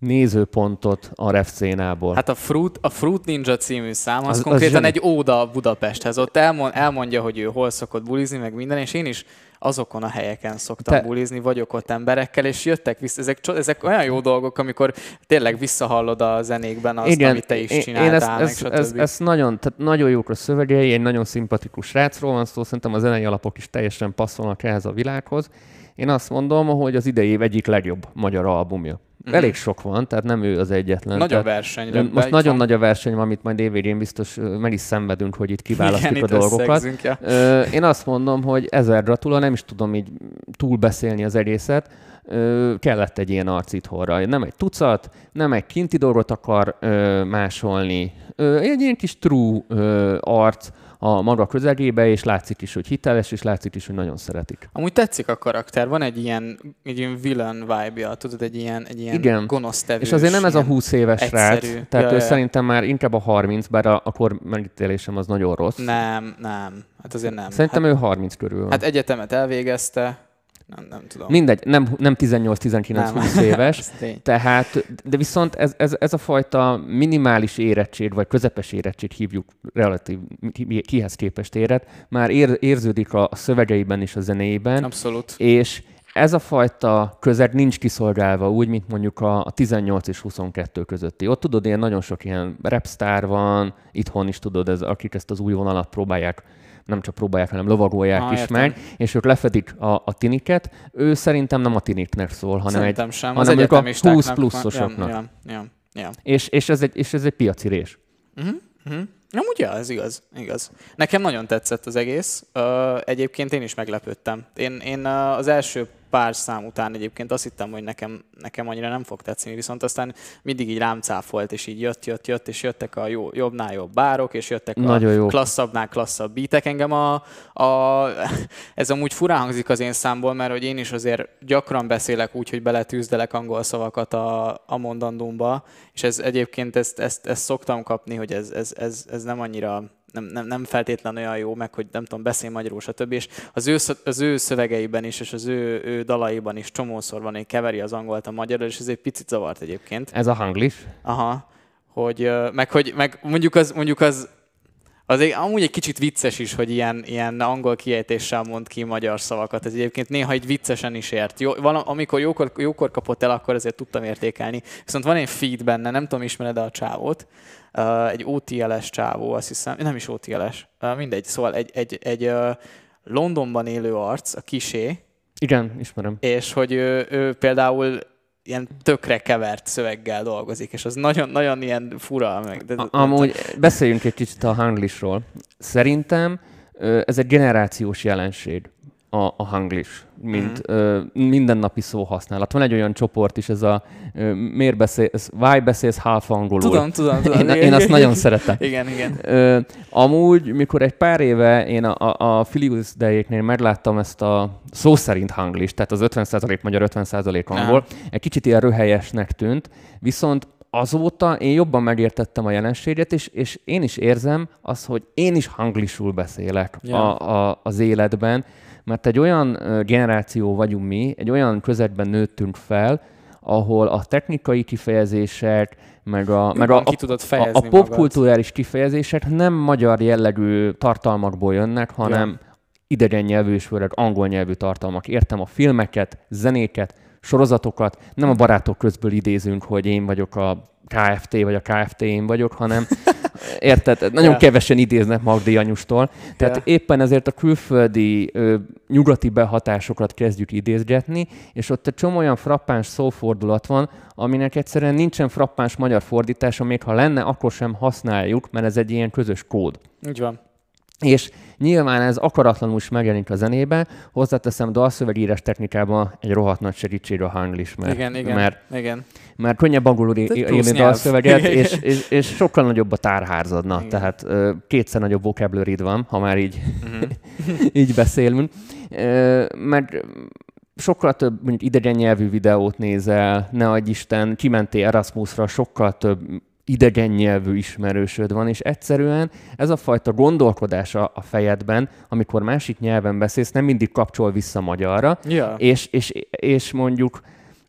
[SPEAKER 1] nézőpontot a rap szénából.
[SPEAKER 2] Hát a Fruit, a Fruit Ninja című szám, az, az konkrétan az egy óda Budapesthez. Ott elmond, elmondja, hogy ő hol szokott bulizni, meg minden, és én is azokon a helyeken szoktam Te... bulizni, vagyok ott emberekkel, és jöttek vissza. Ezek, ezek olyan jó dolgok, amikor tényleg visszahallod a zenékben azt, igen, amit te is csináltál,
[SPEAKER 1] én ezt,
[SPEAKER 2] meg
[SPEAKER 1] ez, ez, ez nagyon, tehát nagyon jók a szövegei, egy nagyon szimpatikus srácról van szó, szerintem a zenei alapok is teljesen passzolnak ehhez a világhoz. Én azt mondom, hogy az idei év egyik legjobb magyar albumja. Mm-hmm. Elég sok van, tehát nem ő az egyetlen.
[SPEAKER 2] Nagy a verseny.
[SPEAKER 1] Most nagyon van. Nagy a verseny, amit majd évvégén biztos meg is szenvedünk, hogy itt kiválasztjuk igen, a itt dolgokat. Ja. Én azt mondom, hogy ezer gratula, nem is tudom így túlbeszélni az egészet. Kellett egy ilyen arc itthonra. Nem egy tucat, nem egy kinti dolgot akar másolni. Egy ilyen kis true arc a maga közegébe, és látszik is, hogy hiteles, és látszik is, hogy nagyon szeretik.
[SPEAKER 2] Amúgy tetszik a karakter, van egy ilyen, egy ilyen villain vibe-ja, tudod, egy ilyen, egy ilyen gonosz tevős.
[SPEAKER 1] És azért nem ez a húsz éves srác, tehát ja, ő ja. szerintem már inkább a harminc, bár a, a kor megítélésem az nagyon rossz.
[SPEAKER 2] Nem, nem, hát azért nem.
[SPEAKER 1] Szerintem
[SPEAKER 2] hát,
[SPEAKER 1] ő harminc körül van.
[SPEAKER 2] Hát egyetemet elvégezte, Nem, nem tudom.
[SPEAKER 1] Mindegy, nem, nem tizennyolc tizenkilenc húsz éves, tehát, de viszont ez, ez, ez a fajta minimális érettség, vagy közepes érettség hívjuk relatív, kihez képest éret, már ér, érződik a szövegeiben és a zenéjében.
[SPEAKER 2] Abszolút.
[SPEAKER 1] És ez a fajta közeg nincs kiszolgálva úgy, mint mondjuk a, a tizennyolc és huszonkettő közötti. Ott tudod, ilyen nagyon sok ilyen rapstar van, itthon is tudod, ez, akik ezt az új vonalat próbálják, nem csak próbálják, hanem lovagolják ah, is értem. meg, és ők lefedik a, a tiniket. Ő szerintem nem a tiniknek szól, hanem,
[SPEAKER 2] szerintem
[SPEAKER 1] egy,
[SPEAKER 2] sem.
[SPEAKER 1] hanem ők a húsz pluszosoknak.
[SPEAKER 2] Ja, ja, ja.
[SPEAKER 1] És, és, ez egy, és ez egy piaci rés.
[SPEAKER 2] Uh-huh, uh-huh. Amúgy ja, ez igaz, igaz. Nekem nagyon tetszett az egész. Uh, egyébként én is meglepődtem. Én, én uh, az első pár szám után egyébként azt hittem, hogy nekem, nekem annyira nem fog tetszeni, viszont aztán mindig így rám cáfolt, és így jött, jött, jött, és jöttek a jó, jobbnál jobb bárok, és jöttek nagyon a jó. klasszabbnál klasszabb beatek. Engem a, a, ez amúgy furán hangzik az én számból, mert hogy én is azért gyakran beszélek úgy, hogy beletűzdelek angol szavakat a, a mondandómba, és ez egyébként ezt, ezt, ezt szoktam kapni, hogy ez, ez, ez, ez nem annyira... Nem, nem, nem feltétlenül olyan jó, meg hogy nem tudom, beszél magyarul, stb. És az ő, az ő szövegeiben is, és az ő, ő dalaiban is csomószor van, hogy keveri az angolt a magyarul, és ez egy picit zavart egyébként.
[SPEAKER 1] Ez a Hanglish?
[SPEAKER 2] Aha. Hogy, meg, hogy, meg mondjuk az, mondjuk az, az egy, amúgy egy kicsit vicces is, hogy ilyen, ilyen angol kiejtéssel mond ki magyar szavakat. Ez egyébként néha egy viccesen is ért. Jó, vala, amikor jókor, jókor kapott el, akkor ezért tudtam értékelni. Viszont van egy feed benne, nem tudom, ismered-e a csávót. Uh, egy o té el-es csávó, azt hiszem, nem is o té el-es, uh, mindegy, szóval egy, egy, egy uh, Londonban élő arc, a Kisé.
[SPEAKER 1] Igen, ismerem.
[SPEAKER 2] És hogy ő, ő például ilyen tökre kevert szöveggel dolgozik, és az nagyon-nagyon ilyen fura. Meg, de,
[SPEAKER 1] Amúgy beszéljünk egy kicsit a Hanglishról. Szerintem ez egy generációs jelenség, a, a Hanglish, mint mm. uh, mindennapi szóhasználat. Van egy olyan csoport is, ez a uh, miért beszélsz, why beszélsz half angolul.
[SPEAKER 2] Tudom, tudom, tudom.
[SPEAKER 1] Én, én azt nagyon szeretem.
[SPEAKER 2] Igen, igen.
[SPEAKER 1] Uh, amúgy, mikor egy pár éve én a, a, a Filius Day-éknél megláttam ezt a szó szerint Hanglish, tehát az ötven százalék magyar, ötven százalék angol, ja. egy kicsit ilyen röhelyesnek tűnt, viszont azóta én jobban megértettem a jelenséget, és, és én is érzem azt, hogy én is hanglishul beszélek ja. a, a, az életben, mert egy olyan generáció vagyunk mi, egy olyan közegben nőttünk fel, ahol a technikai kifejezések, meg a, meg a, a, a, a popkulturális kifejezések nem magyar jellegű tartalmakból jönnek, hanem ja. idegen nyelvű és főleg angol nyelvű tartalmak. Értem a filmeket, zenéket, sorozatokat, nem a barátok közből idézünk, hogy én vagyok a ká ef té, vagy a ká ef té én vagyok, hanem érted? Nagyon yeah. kevesen idéznek Magdi anyustól. Tehát yeah. éppen ezért a külföldi ö, nyugati behatásokat kezdjük idézgetni, és ott egy csomó olyan frappáns szófordulat van, aminek egyszerűen nincsen frappáns magyar fordítása, még ha lenne, akkor sem használjuk, mert ez egy ilyen közös kód.
[SPEAKER 2] Úgy van.
[SPEAKER 1] És nyilván ez akaratlanul is megjelenik a zenébe, hozzáteszem, dalszövegírás technikában egy rohadt nagy segítség a Hanglish, mert,
[SPEAKER 2] igen, igen,
[SPEAKER 1] mert,
[SPEAKER 2] igen.
[SPEAKER 1] mert könnyebb angolul írni dalszöveget, és, és, és sokkal nagyobb a tárházadna, igen. tehát uh, kétszer nagyobb vocabulary-d van, ha már így, uh-huh. így beszélünk. Uh, mert sokkal több mondjuk idegen nyelvű videót nézel, ne adj Isten, kimentél Erasmusra, sokkal több idegen nyelvű ismerősöd van, és egyszerűen ez a fajta gondolkodás a fejedben, amikor másik nyelven beszélsz, nem mindig kapcsol vissza magyarra,
[SPEAKER 2] ja.
[SPEAKER 1] és, és, és mondjuk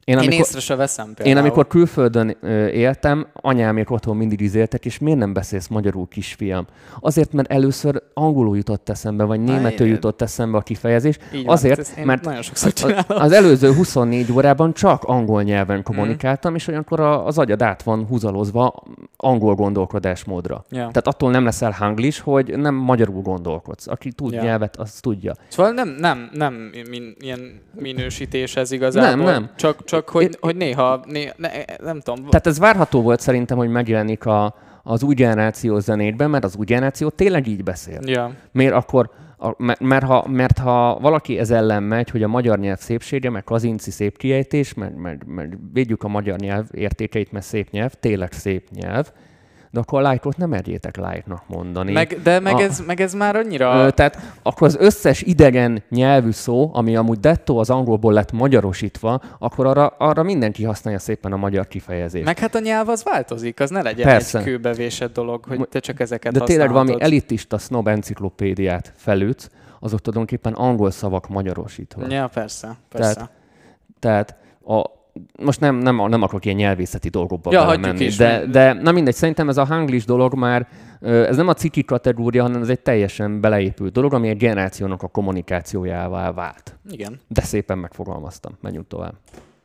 [SPEAKER 2] Én, amikor, én észre se veszem például.
[SPEAKER 1] Én amikor külföldön ö, éltem, anyámék otthon mindig izéltek, és miért nem beszélsz magyarul, kisfiam? Azért, mert először angolul jutott eszembe, vagy németül jutott eszembe a kifejezés.
[SPEAKER 2] Így
[SPEAKER 1] Azért,
[SPEAKER 2] van,
[SPEAKER 1] mert
[SPEAKER 2] az,
[SPEAKER 1] az előző huszonnégy órában csak angol nyelven kommunikáltam, hmm. és olyankor az agyad át van húzalozva angol gondolkodásmódra. Ja. Tehát attól nem leszel hanglis, hogy nem magyarul gondolkodsz. Aki tud ja. nyelvet, az tudja.
[SPEAKER 2] Szóval nem, nem, nem min, ilyen minősítés ez igazából.
[SPEAKER 1] Nem, nem.
[SPEAKER 2] Csak, csak hogy, é, hogy néha, néha ne, nem tudom.
[SPEAKER 1] Tehát ez várható volt szerintem, hogy megjelenik a, az új generáció zenékben, mert az új generáció tényleg így beszél.
[SPEAKER 2] Ja.
[SPEAKER 1] Miért akkor, a, mert, ha, mert ha valaki ez ellen megy, hogy a magyar nyelv szépsége, meg kazinci szép kiejtés, mert, mert, mert védjük a magyar nyelv értékeit, mert szép nyelv, tényleg szép nyelv, de akkor a like-ot nem merjétek like-nak mondani.
[SPEAKER 2] Meg, de meg, a, ez, meg ez már annyira...
[SPEAKER 1] Ö, tehát akkor az összes idegen nyelvű szó, ami amúgy dettó az angolból lett magyarosítva, akkor arra, arra mindenki használja szépen a magyar kifejezést.
[SPEAKER 2] Meg hát a nyelv az változik, az ne legyen Persze. egy kőbevésett dolog, hogy te csak ezeket
[SPEAKER 1] de
[SPEAKER 2] használhatod.
[SPEAKER 1] De tényleg valami elitista snob enciklopédiát felütsz, azok tulajdonképpen angol szavak magyarosítva.
[SPEAKER 2] Ja, persze, persze.
[SPEAKER 1] Tehát, tehát a most nem, nem, nem akarok ilyen nyelvészeti dolgokba
[SPEAKER 2] ja,
[SPEAKER 1] belemenni, de, de na mindegy, szerintem ez a hanglis dolog már, ez nem a ciki kategória, hanem ez egy teljesen beleépült dolog, ami egy generációnak a kommunikációjává vált.
[SPEAKER 2] Igen.
[SPEAKER 1] De szépen megfogalmaztam. Menjünk tovább.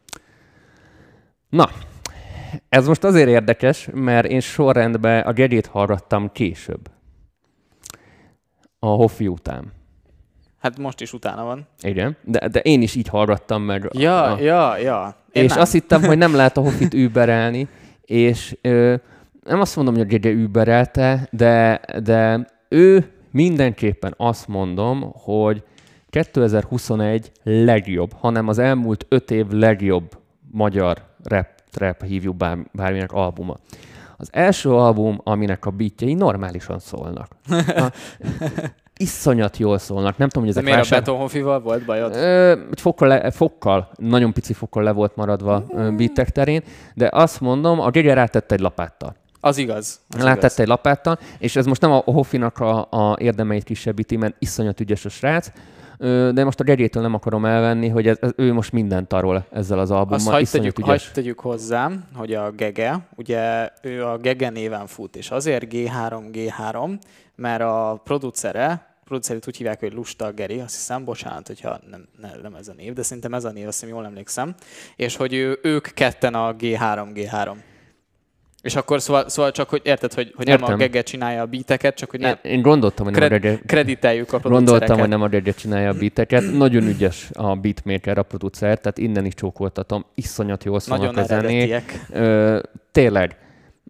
[SPEAKER 1] Na, ez most azért érdekes, mert én sorrendben a Gedét hallgattam később. A Hoffi után.
[SPEAKER 2] Hát most is utána van.
[SPEAKER 1] Igen, de, de én is így hallgattam meg.
[SPEAKER 2] Ja,
[SPEAKER 1] a,
[SPEAKER 2] ja, ja. Én
[SPEAKER 1] és
[SPEAKER 2] nem.
[SPEAKER 1] azt hittem, hogy nem lehet a Hoffit überelni, és ö, nem azt mondom, hogy a Gege überelte, de, de ő mindenképpen azt mondom, hogy kétezer-huszonegy legjobb, hanem az elmúlt öt év legjobb magyar rap, trap hívjuk bár, bárminek albuma. Az első album, aminek a beatjei normálisan szólnak. A, iszonyat jól szólnak. Nem tudom, hogy ezek
[SPEAKER 2] de miért a Beton Hoffival volt bajod?
[SPEAKER 1] Ö, egy fokkal, le, fokkal, nagyon pici fokkal le volt maradva mm. beatek terén, de azt mondom, a Gege rátette egy lapáttal.
[SPEAKER 2] Az igaz. Az
[SPEAKER 1] rátette
[SPEAKER 2] igaz.
[SPEAKER 1] egy lapáttal, és ez most nem a Hoffinak a, a érdemeit kisebbíti, mert iszonyat ügyes a srác, de most a Gegétől nem akarom elvenni, hogy ez, ez, ő most mindent arról ezzel az albummal.
[SPEAKER 2] Azt hagyd tegyük, hagy tegyük hozzá, hogy a Gege, ugye ő a Gege néven fut, és azért gé három gé három, mert a producere, producerét úgy hívják, hogy Lusta Geri, azt hiszem, bocsánat, hogyha nem, nem ez a név, de szerintem ez a név, azt hiszem, jól emlékszem, és hogy ő, ők ketten a gé három gé három. És akkor szóval, szóval csak, hogy érted, hogy, hogy nem a Gege csinálja a beateket, csak hogy nem.
[SPEAKER 1] Én gondoltam, hogy nem
[SPEAKER 2] kred,
[SPEAKER 1] a Gege...
[SPEAKER 2] Krediteljük a producereket.
[SPEAKER 1] Gondoltam, hogy nem a Gege csinálja a beateket. Nagyon ügyes a beatmaker, a producer, tehát innen is csókoltatom. Iszonyat jól szólnak a zenék. Tényleg.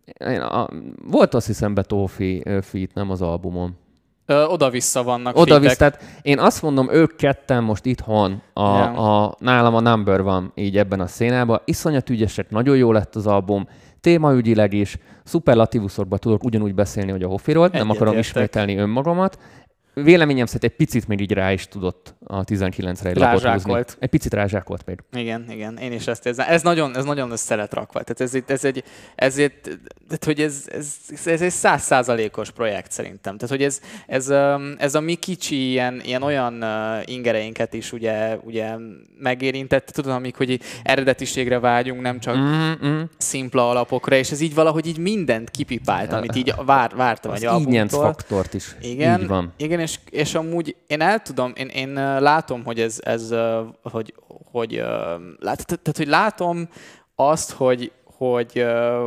[SPEAKER 1] A, volt azt hiszem Betófi feat, nem az albumon.
[SPEAKER 2] Ö, oda-vissza vannak
[SPEAKER 1] Oda-vissza, tehát én azt mondom, ők ketten most itthon, a, yeah. a, nálam a number van így ebben a szénában. Iszonyat ügyesek, nagyon jó lett az album, témaügyileg is, szuperlatívuszokban tudok ugyanúgy beszélni, hogy a Hoffiról, nem akarom értek. ismételni önmagamat. Véleményem szerint egy picit még így rá is tudott a tizenkilencre egy lapot húzni. Egy picit rázsákolt még.
[SPEAKER 2] Igen, igen, én is ezt érzem. Ez nagyon, ez nagyon össze rakva. Tehát ez, ez egy, ezért, tehát, hogy ez, ez, ez egy száz százalékos projekt szerintem. Tehát, hogy ez, ez, ez a mi kicsi ilyen, ilyen olyan ingereinket is ugye, ugye megérintett, tudom, amik, hogy eredetiségre vágyunk, nem csak mm-hmm. szimpla alapokra, és ez így valahogy így mindent kipipált, amit így vár, vártam egy albumtól.
[SPEAKER 1] Az faktort is.
[SPEAKER 2] Igen,
[SPEAKER 1] így van.
[SPEAKER 2] Igen, és, és amúgy én el tudom, én, én látom, hogy ez, ez hogy, hogy, lát, tehát, hogy látom azt, hogy, hogy,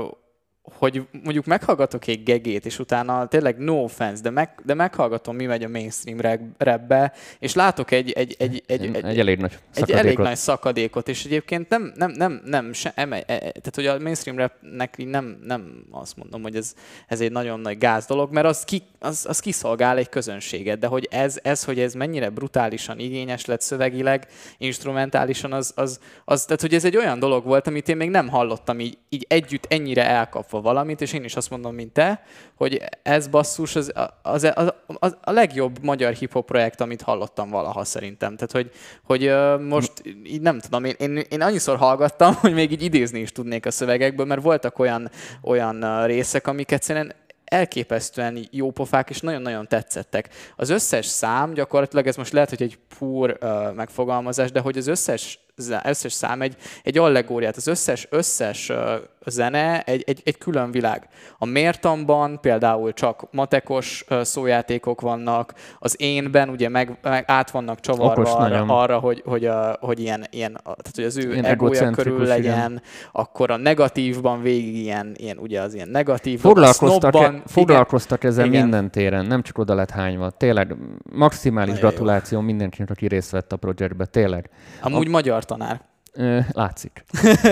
[SPEAKER 2] hogy mondjuk meghallgatok egy Gegét, és utána tényleg no offense, de, meg, de meghallgatom, mi megy a mainstream rapbe, és látok egy, egy, egy, egy, egy,
[SPEAKER 1] egy, elég, nagy
[SPEAKER 2] egy elég nagy szakadékot, és egyébként nem, nem, nem, nem se, eme, tehát hogy a mainstream rapnek nem, nem azt mondom, hogy ez, ez egy nagyon nagy gáz dolog, mert az, ki, az, az kiszolgál egy közönséget, de hogy ez, ez, hogy ez mennyire brutálisan igényes lett szövegileg, instrumentálisan, az, az, az, tehát hogy ez egy olyan dolog volt, amit én még nem hallottam így, így együtt ennyire elkapva valamit, és én is azt mondom, mint te, hogy ez basszus az, az, az, az a legjobb magyar hip-hop projekt, amit hallottam valaha szerintem. Tehát, hogy, hogy uh, most így nem tudom, én, én, én annyiszor hallgattam, hogy még így idézni is tudnék a szövegekből, mert voltak olyan, olyan uh, részek, amik egyszerűen elképesztően jópofák, és nagyon-nagyon tetszettek. Az összes szám, gyakorlatilag ez most lehet, hogy egy púr uh, megfogalmazás, de hogy az összes összes szám egy, egy allegóriát, az összes, összes uh, zene egy, egy, egy külön világ. A Mértamban például csak matekos uh, szójátékok vannak, az Énben ugye meg, meg át vannak csavarva arra, arra, hogy, hogy, a, hogy ilyen, ilyen, tehát hogy az ő ilyen egója körül legyen, igen. Akkor a negatívban végig ilyen, ilyen ugye az ilyen negatív,
[SPEAKER 1] foglalkoztak, e, foglalkoztak ezzel igen. minden téren, nem csak oda lett hányva. Tényleg maximális nagyon gratuláció jó. Mindenkinek, aki részt vett a projektbe, tényleg.
[SPEAKER 2] Amúgy a... magyar tanár.
[SPEAKER 1] Látszik.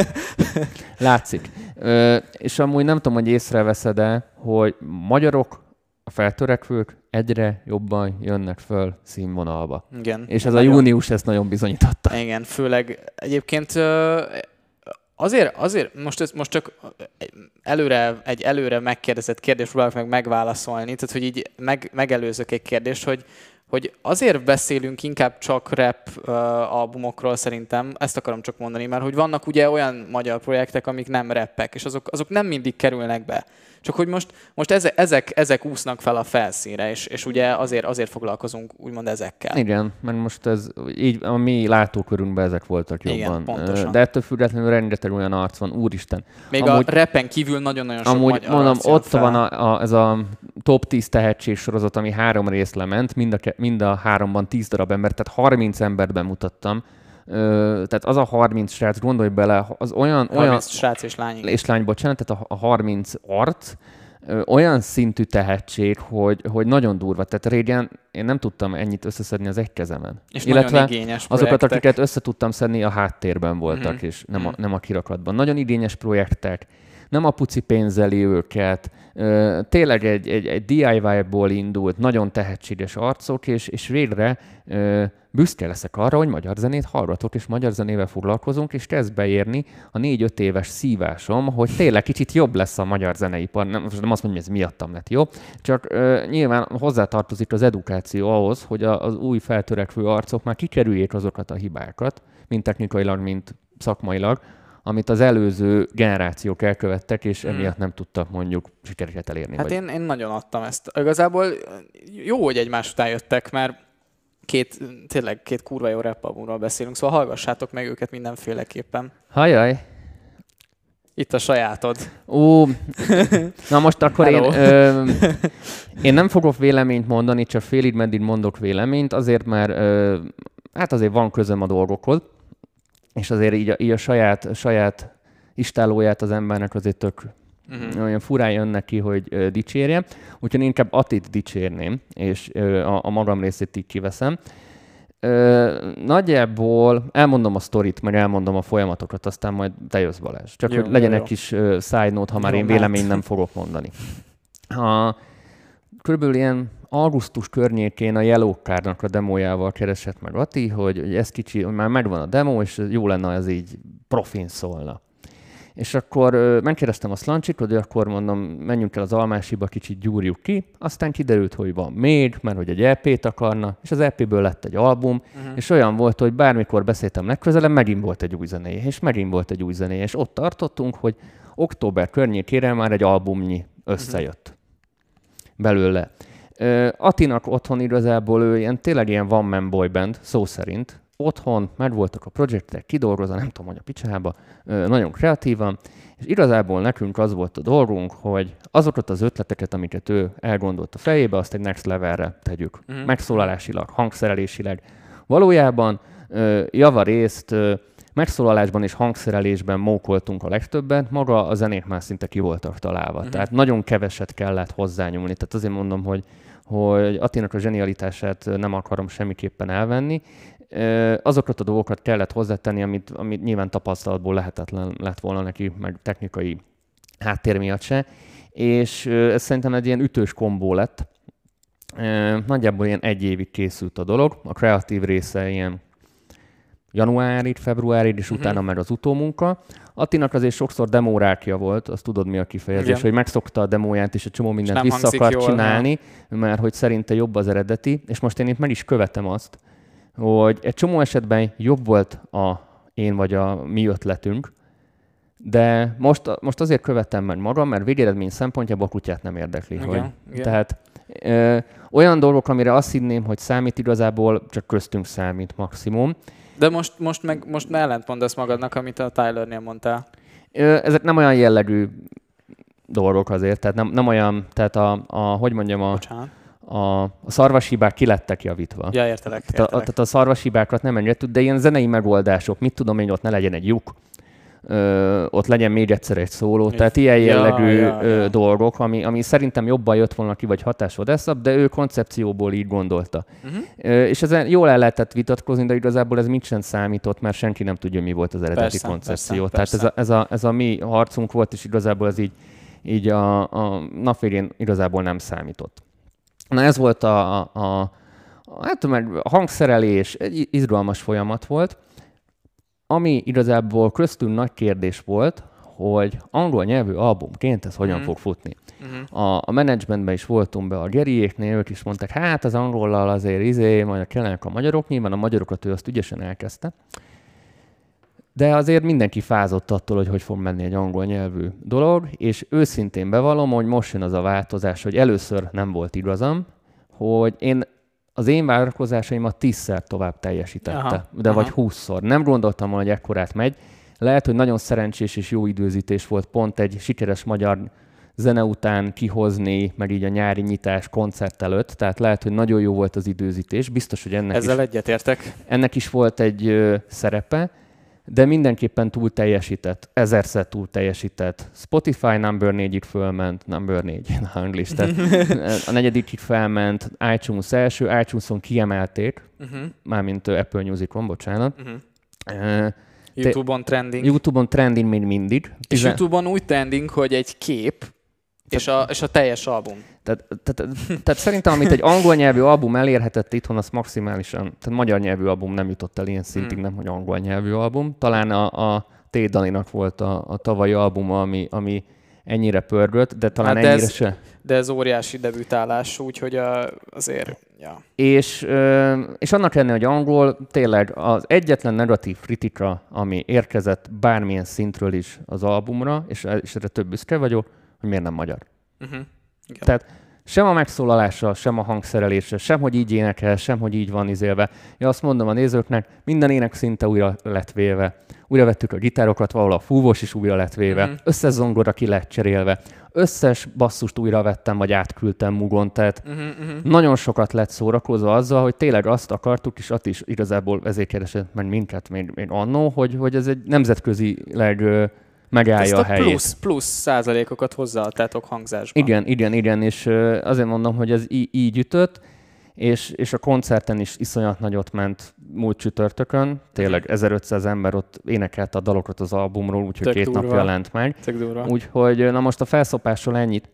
[SPEAKER 1] Látszik. És amúgy nem tudom, hogy észreveszed-e, hogy magyarok, a feltörekvők egyre jobban jönnek föl színvonalba.
[SPEAKER 2] Igen.
[SPEAKER 1] És ez nagyon... a június ezt nagyon bizonyította.
[SPEAKER 2] Igen, főleg egyébként azért, azért most, ez, most csak előre, egy előre megkérdezett kérdést próbálok meg megválaszolni, tehát hogy így meg, megelőzök egy kérdést, hogy hogy azért beszélünk inkább csak rap uh, albumokról szerintem, ezt akarom csak mondani, mert hogy vannak ugye olyan magyar projektek, amik nem rappek, és azok, azok nem mindig kerülnek be. Csak hogy most, most eze, ezek, ezek úsznak fel a felszínre, és, és ugye azért, azért foglalkozunk úgymond ezekkel.
[SPEAKER 1] Igen, mert most ez így a mi látókörünkben ezek voltak jobban.
[SPEAKER 2] Igen, pontosan.
[SPEAKER 1] De ettől függetlenül rengeteg olyan arc van, úristen.
[SPEAKER 2] Még amúgy, a rappen kívül nagyon-nagyon sok
[SPEAKER 1] amúgy,
[SPEAKER 2] magyar
[SPEAKER 1] mondom, ott
[SPEAKER 2] fel.
[SPEAKER 1] van a, a, ez a top tíz tehetségsorozat, ami három részt lement, mind a, mind a háromban tíz darab ember, tehát harminc embert bemutattam. Ö, tehát az a harminc srác, gondolj bele, az olyan...
[SPEAKER 2] harminc
[SPEAKER 1] olyan
[SPEAKER 2] srác és lány.
[SPEAKER 1] És lány, bocsánat, tehát a, a harminc arc, ö, olyan szintű tehetség, hogy, hogy nagyon durva. Tehát régen én nem tudtam ennyit összeszedni az egy kezemen. És illetve
[SPEAKER 2] nagyon igényes
[SPEAKER 1] azokat,
[SPEAKER 2] projektek.
[SPEAKER 1] akiket össze tudtam szedni, a háttérben voltak, mm-hmm. és nem a, nem a kirakatban. Nagyon igényes projektek, nem a puci pénzeli őket, ö, tényleg egy, egy, egy dé i vé-ból indult, nagyon tehetséges arcok, és, és végre ö, büszke leszek arra, hogy magyar zenét hallgatok, és magyar zenével foglalkozunk, és kezd beérni a négy-öt éves szívásom, hogy tényleg kicsit jobb lesz a magyar zeneipar. Nem, nem azt mondom, hogy ez miattam lett jobb, csak ö, nyilván hozzátartozik az edukáció ahhoz, hogy a, az új feltörekvő arcok már kikerüljék azokat a hibákat, mind technikailag, mind szakmailag, amit az előző generációk elkövettek, és hmm. emiatt nem tudtak mondjuk sikereket elérni.
[SPEAKER 2] Hát
[SPEAKER 1] vagy...
[SPEAKER 2] én, én nagyon adtam ezt. Igazából jó, hogy egymás után jöttek, mert két, tényleg két kurva jó rap albumról beszélünk, szóval hallgassátok meg őket mindenféleképpen.
[SPEAKER 1] Hajjaj!
[SPEAKER 2] Itt a sajátod.
[SPEAKER 1] Ó, na most akkor én, ö, én nem fogok véleményt mondani, csak félig meddig mondok véleményt, azért mert ö, hát azért van közöm a dolgokhoz, és azért így a, így a saját, saját istálóját az embernek azért tök uh-huh. olyan furán jön neki, hogy ö, dicsérje. Úgyhogy inkább Atit dicsérném, és ö, a, a magam részét így kiveszem. Ö, nagyjából elmondom a sztorit, meg elmondom a folyamatokat, aztán majd te jössz, Balázs. Csak jó, hogy legyen jó, egy jó. kis uh, side note, ha már jó, én véleményt nem fogok mondani. Ha, körülbelül ilyen augusztus környékén a Yellow Cardnak a demójával keresett meg Ati, hogy, hogy ez kicsi, hogy már megvan a demo, és jó lenne, ez így profin szólna. És akkor ö, megkérdeztem a Slancsit, hogy akkor mondom, menjünk el az Almásiba, kicsit gyúrjuk ki. Aztán kiderült, hogy van még, mert hogy egy é pét akarna, és az é péből lett egy album, uh-huh. és olyan volt, hogy bármikor beszéltem legközelebb, megint volt egy új zenéje, és megint volt egy új zenéje, és ott tartottunk, hogy október környékére már egy albumnyi összejött uh-huh. belőle. Uh, Atinak otthon igazából ő ilyen, tényleg ilyen one man boy band, szó szerint. Otthon meg voltak a projektek kidolgozva, nem tudom, hogy a picsába, nagyon kreatívan, és igazából nekünk az volt a dolgunk, hogy azokat az ötleteket, amiket ő elgondolt a fejébe, azt egy next levelre tegyük. Uh-huh. Megszólalásilag, hangszerelésileg. Valójában javarészt megszólalásban és hangszerelésben mókoltunk a legtöbbet, maga a zenék már szinte ki voltak találva. Uh-huh. Tehát nagyon keveset kellett hozzányúlni. Tehát azért mondom, hogy, hogy Attinak a zsenialitását nem akarom semmiképpen elvenni. Azokat a dolgokat kellett hozzátenni, amit, amit nyilván tapasztalatból lehetetlen lett volna neki, meg technikai háttér miatt se. És ez szerintem egy ilyen ütős kombó lett. Nagyjából ilyen egy évig készült a dolog. A kreatív része ilyen januárig, februárig, és uh-huh. utána meg az utómunka. Attinak azért sokszor demórákja volt, azt tudod mi a kifejezés, igen. hogy megszokta a demóját, és egy csomó mindent vissza akar jól, csinálni, ha. mert hogy szerinte jobb az eredeti, és most én itt meg is követem azt, hogy egy csomó esetben jobb volt a én vagy a mi ötletünk, de most, most azért követem meg magam, mert végeredmény szempontjából a kutyát nem érdekli.
[SPEAKER 2] Igen,
[SPEAKER 1] hogy,
[SPEAKER 2] igen.
[SPEAKER 1] Tehát Olyan dolgok, amire azt hinném, hogy számít, igazából csak köztünk számít maximum.
[SPEAKER 2] De most, most meg most ellent mondasz magadnak, amit a Tylernél mondtál.
[SPEAKER 1] Ezek nem olyan jellegű dolgok azért, tehát nem, nem olyan, tehát a, a hogy mondjam, a, a, a szarvashibák ki lettek javítva.
[SPEAKER 2] Ja, értelek,
[SPEAKER 1] értelek. Tehát, a, tehát a szarvashibákat nem ennyire tud, de ilyen zenei megoldások, mit tudom én, ott ne legyen egy lyuk, ö, ott legyen még egyszer egy szóló, tehát ilyen jellegű ja, ja, ö, ja. dolgok, ami, ami szerintem jobban jött volna ki, vagy hatásvadászab, de ő koncepcióból így gondolta. Uh-huh. Ö, és ezen jól el lehetett vitatkozni, de igazából ez mit sem számított, mert senki nem tudja, mi volt az eredeti persze, koncepció. Persze, tehát persze. Ez, a, ez, a, ez a mi harcunk volt, és igazából ez így, így a, a nap végén igazából nem számított. Na ez volt a, a, a, hát, a hangszerelés, egy izgalmas folyamat volt. Ami igazából köztünk nagy kérdés volt, hogy angol nyelvű albumként ez hogyan mm. fog futni. Mm-hmm. A, a menedzsmentben is voltunk be a Geriéknél, ők is mondták, hát az angollal azért izé, majd kellenek a magyarok, nyilván a magyarokat ő azt ügyesen elkezdte. De azért mindenki fázott attól, hogy hogy fog menni egy angol nyelvű dolog, és őszintén bevallom, hogy most jön az a változás, hogy először nem volt igazam, hogy én az én várakozásaimat tízszer tovább teljesítette, aha, de aha. vagy húszszor. Nem gondoltam volna, hogy ekkorát megy. Lehet, hogy nagyon szerencsés és jó időzítés volt pont egy sikeres magyar zene után kihozni, meg így a nyári nyitás koncert előtt, tehát lehet, hogy nagyon jó volt az időzítés. Biztos, hogy ennek
[SPEAKER 2] Ezzel
[SPEAKER 1] is,
[SPEAKER 2] egyetértek.
[SPEAKER 1] Ennek is volt egy ö, szerepe, de mindenképpen túl teljesített, ezerszer túl teljesített. Spotify number négyig fölment, number négy, hanglis, tehát a negyedikig felment, iTunes első, iTunes-on kiemelték, uh-huh. mármint Apple Music-on, bocsánat. Uh-huh. Uh,
[SPEAKER 2] YouTube-on trending.
[SPEAKER 1] YouTube-on trending még mindig.
[SPEAKER 2] És Tizen... YouTube-on úgy trending, hogy egy kép, és a, és a teljes album.
[SPEAKER 1] Tehát, tehát, tehát szerintem, amit egy angol nyelvű album elérhetett itthon, az maximálisan, tehát magyar nyelvű album nem jutott el ilyen szintig, hmm. nem, hogy angol nyelvű album. Talán a, a T. Daninak volt a, a tavalyi albuma, ami, ami ennyire pörgött, de talán hát de ennyire
[SPEAKER 2] ez,
[SPEAKER 1] se.
[SPEAKER 2] De ez óriási debütálás, úgyhogy a, azért, ja.
[SPEAKER 1] És, és annak ellenére, hogy angol, tényleg az egyetlen negatív kritika, ami érkezett bármilyen szintről is az albumra, és, és erre több büszke vagyok, hogy miért nem magyar. Uh-huh. Tehát sem a megszólalása, sem a hangszerelése, sem hogy így énekel, sem hogy így van izélve. Ja, azt mondom a nézőknek, minden ének szinte újra lett véve. Újra vettük a gitárokat, valahol a fúvós is újra lett véve. Uh-huh. Összes zongora ki lett cserélve. Összes basszust újra vettem, vagy átküldtem mugon. Tehát uh-huh, uh-huh. nagyon sokat lett szórakozva azzal, hogy tényleg azt akartuk, és azt is igazából ezért keresett meg minket még, még annó, hogy, hogy ez egy nemzetközileg megállja
[SPEAKER 2] ezt
[SPEAKER 1] a, a helyét.
[SPEAKER 2] Plusz, plusz százalékokat hozzáadtátok hangzásban.
[SPEAKER 1] Igen, igen, igen, és azért mondom, hogy ez í- így ütött, és, és a koncerten is iszonyat nagyot ment múlt csütörtökön. Tényleg ezerötszáz ember ott énekelte a dalokat az albumról, úgyhogy két durva. napja lent meg. Úgyhogy na most a felszopásról ennyit.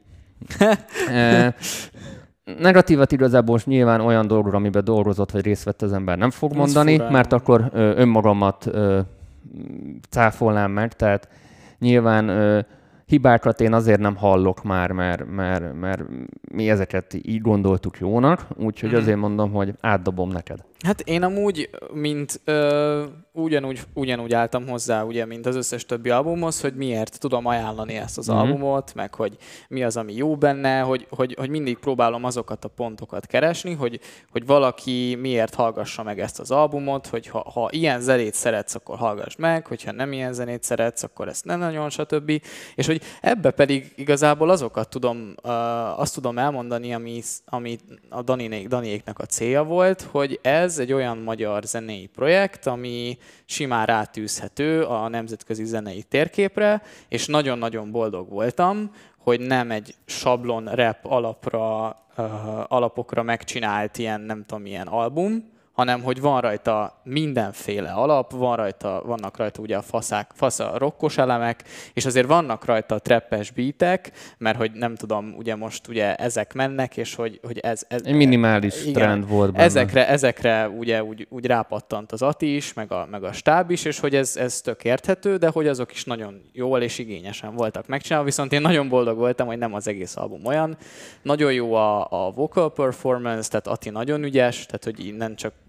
[SPEAKER 1] e, negatívat igazából nyilván olyan dolgokra, amiben dolgozott, vagy részt vett az ember nem fog mondani, mert akkor ö, önmagamat ö, cáfolnám meg, tehát nyilván ö, hibákat én azért nem hallok már, mert, mert, mert mi ezeket így gondoltuk jónak, úgyhogy mm. azért mondom, hogy átdobom neked.
[SPEAKER 2] Hát én amúgy, mint ö, ugyanúgy, ugyanúgy álltam hozzá, ugye, mint az összes többi albumhoz, hogy miért tudom ajánlani ezt az mm. albumot, meg hogy mi az, ami jó benne, hogy, hogy, hogy mindig próbálom azokat a pontokat keresni, hogy, hogy valaki miért hallgassa meg ezt az albumot, hogy ha, ha ilyen zenét szeretsz, akkor hallgass meg, hogyha nem ilyen zenét szeretsz, akkor ezt nem nagyon, stb. És hogy ebbe pedig igazából azokat tudom, uh, azt tudom elmondani, ami, ami a Daniék, Daniéknak a célja volt, hogy ez egy olyan magyar zenei projekt, ami simán rátűzhető a nemzetközi zenei térképre, és nagyon-nagyon boldog voltam, hogy nem egy sablon rap alapra, uh, alapokra megcsinált ilyen, nem tudom, ilyen album, hanem hogy van rajta mindenféle alap, van rajta, vannak rajta ugye a faszák, fasz a rokkos elemek, és azért vannak rajta a trappes beatek, mert hogy nem tudom, ugye most ugye ezek mennek, és hogy, hogy ez... ez
[SPEAKER 1] egy minimális igen, trend volt benne.
[SPEAKER 2] Ezekre, ezekre ugye úgy, úgy rápattant az Ati is, meg a, meg a stáb is, és hogy ez, ez tök érthető, de hogy azok is nagyon jól és igényesen voltak megcsinálva, viszont én nagyon boldog voltam, hogy nem az egész album olyan. Nagyon jó a, a vocal performance, tehát Ati nagyon ügyes, tehát hogy innen csak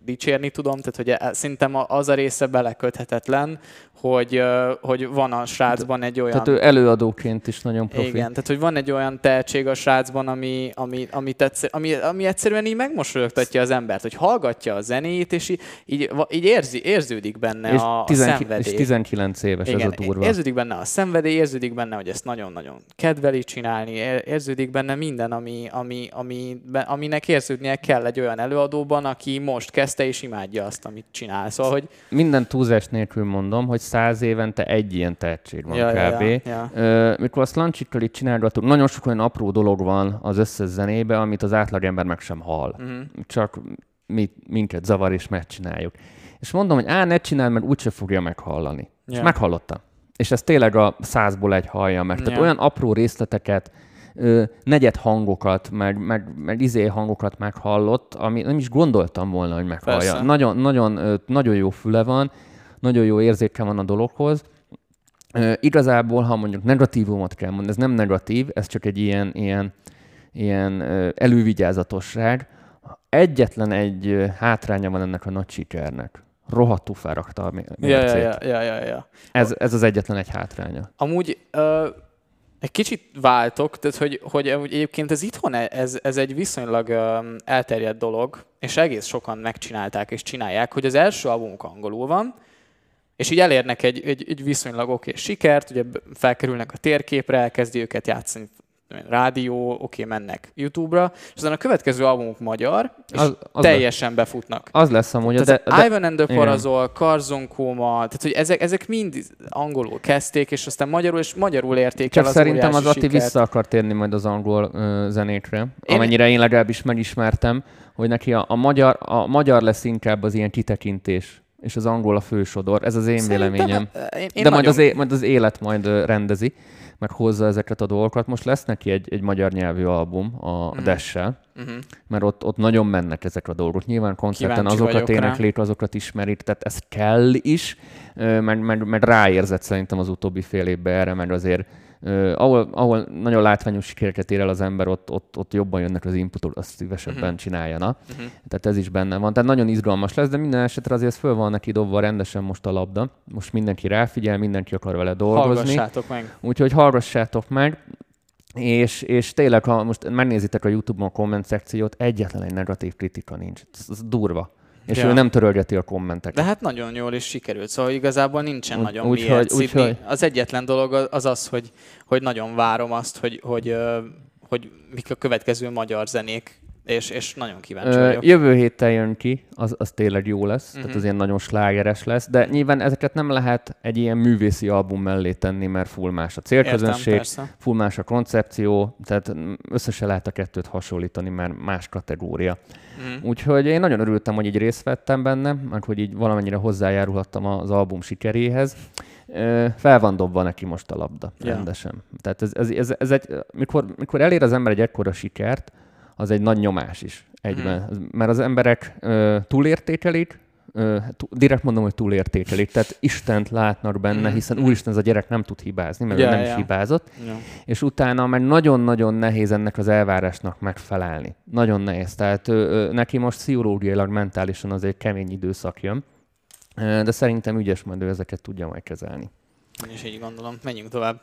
[SPEAKER 2] dicsérni tudom, tehát hogy szerintem az a része beleköthetetlen, hogy, hogy van a srácban egy olyan...
[SPEAKER 1] Tehát ő előadóként is nagyon profi.
[SPEAKER 2] Igen, tehát hogy van egy olyan tehetség a srácban, ami, ami, ami, tetsz, ami, ami egyszerűen így megmosolyogtatja az embert, hogy hallgatja a zenét, és így, így, így érzi, érződik benne
[SPEAKER 1] és
[SPEAKER 2] a,
[SPEAKER 1] tizen,
[SPEAKER 2] a szenvedély.
[SPEAKER 1] És tizenkilenc éves. Igen, ez a durva.
[SPEAKER 2] Érződik benne a szenvedély, érződik benne, hogy ezt nagyon-nagyon kedveli csinálni, érződik benne minden, ami, ami, ami, aminek érződnie kell egy olyan előadóban, aki most kezdte és imádja azt, amit csinál. Szóval, hogy...
[SPEAKER 1] Minden túlzás nélkül mondom, hogy száz évente egy ilyen tehetség van
[SPEAKER 2] ja,
[SPEAKER 1] kb.
[SPEAKER 2] Ja, ja.
[SPEAKER 1] Uh, mikor a Slancsikkal itt csinálgatunk, nagyon sok olyan apró dolog van az összes zenébe, amit az átlagember meg sem hall. Uh-huh. Csak mi, minket zavar és megcsináljuk. És mondom, hogy á, ne csinálj, mert úgyse fogja meghallani. Ja. És meghallotta. És ez tényleg a százból egy hallja meg. Tehát ja. olyan apró részleteket, ö, negyed hangokat, meg, meg, meg izé hangokat meghallott, ami nem is gondoltam volna, hogy meghallja. Nagyon, nagyon, ö, nagyon jó füle van, nagyon jó érzéke van a dologhoz. Ö, igazából, ha mondjuk negatívumot kell mondani, ez nem negatív, ez csak egy ilyen, ilyen, ilyen ö, elővigyázatosság. Egyetlen egy ö, hátránya van ennek a nagy sikernek. Rohadtul felrakta a mércét.
[SPEAKER 2] Ja, ja, ja, ja, ja.
[SPEAKER 1] Ez, ez az egyetlen egy hátránya.
[SPEAKER 2] Amúgy ö, egy kicsit váltok, tehát hogy, hogy egyébként ez itthon ez, ez egy viszonylag ö, elterjedt dolog, és egész sokan megcsinálták és csinálják, hogy az első albumuk angolul van, és így elérnek egy, egy, egy viszonylag oké sikert, ugye felkerülnek a térképre, elkezdi őket játszani rádió, oké, mennek YouTube-ra, és aztán a következő albumuk magyar, és az, az teljesen le, befutnak.
[SPEAKER 1] Az lesz amúgy.
[SPEAKER 2] De, de, Ivan and the Parazol, Curzon Coma, tehát hogy ezek, ezek mind angolul kezdték, és aztán magyarul, és magyarul érték
[SPEAKER 1] Csak
[SPEAKER 2] el az
[SPEAKER 1] szerintem az Atti
[SPEAKER 2] sikert.
[SPEAKER 1] Vissza akar térni majd az angol uh, zenékre, én... amennyire én legalábbis megismertem, hogy neki a, a, magyar, a magyar lesz inkább az ilyen kitekintés, és az angol a fősodor. Ez az én szerintem, véleményem. Én, én De nagyon... majd, az é, majd az élet majd uh, rendezi, meg hozza ezeket a dolgokat. Most lesz neki egy, egy magyar nyelvű album a uh-huh. Dash-sel, uh-huh. mert ott, ott nagyon mennek ezek a dolgok. Nyilván koncerten azokat éneklik, azokat ismerik, tehát ez kell is, meg, meg, meg ráérzett szerintem az utóbbi fél évben erre, meg azért Uh, ahol, ahol nagyon látványos sikereket ér el az ember, ott, ott, ott jobban jönnek az inputok, azt szívesebben uh-huh. csinálja. Uh-huh. Tehát ez is benne van. Tehát nagyon izgalmas lesz, de minden esetre azért föl van neki dobva rendesen most a labda. Most mindenki ráfigyel, mindenki akar vele dolgozni.
[SPEAKER 2] Hallgassátok meg.
[SPEAKER 1] Úgyhogy hallgassátok meg. És, és tényleg, ha most megnézitek a YouTube-on a komment szekciót, egyetlen egy negatív kritika nincs. Ez, ez durva. És ja. ő nem törölgeti a kommenteket.
[SPEAKER 2] De hát nagyon jól is sikerült, szóval igazából nincsen úgy, nagyon úgy, miért úgy, szidni. Az egyetlen dolog az az, hogy, hogy nagyon várom azt, hogy, hogy, hogy mik a következő magyar zenék, és, és nagyon kíváncsi vagyok.
[SPEAKER 1] Jövő héten jön ki, az, az tényleg jó lesz, uh-huh. tehát az ilyen nagyon slágeres lesz, de nyilván ezeket nem lehet egy ilyen művészi album mellé tenni, mert full más a célközönség, Értem, full más a koncepció, tehát össze lehet a kettőt hasonlítani, mert más kategória. Uh-huh. Úgyhogy én nagyon örültem, hogy így részt vettem benne, meg hogy így valamennyire hozzájárulhattam az album sikeréhez. Fel van dobva neki most a labda, yeah. rendesen. Tehát ez, ez, ez, ez egy, mikor, mikor elér az ember egy ekkora sikert, az egy nagy nyomás is egyben. Hmm. Mert az emberek uh, túlértékelik, uh, t- direkt mondom, hogy túlértékelik, tehát Istent látnak benne, hiszen úristen, ez a gyerek nem tud hibázni, mert yeah, ő nem yeah. is hibázott, yeah. és utána meg nagyon-nagyon nehéz ennek az elvárásnak megfelelni. Nagyon nehéz. Tehát uh, uh, neki most pszichológiailag, mentálisan az egy kemény időszak jön, uh, de szerintem ügyes, majd ő ezeket tudja majd kezelni.
[SPEAKER 2] Én is így gondolom. Menjünk tovább.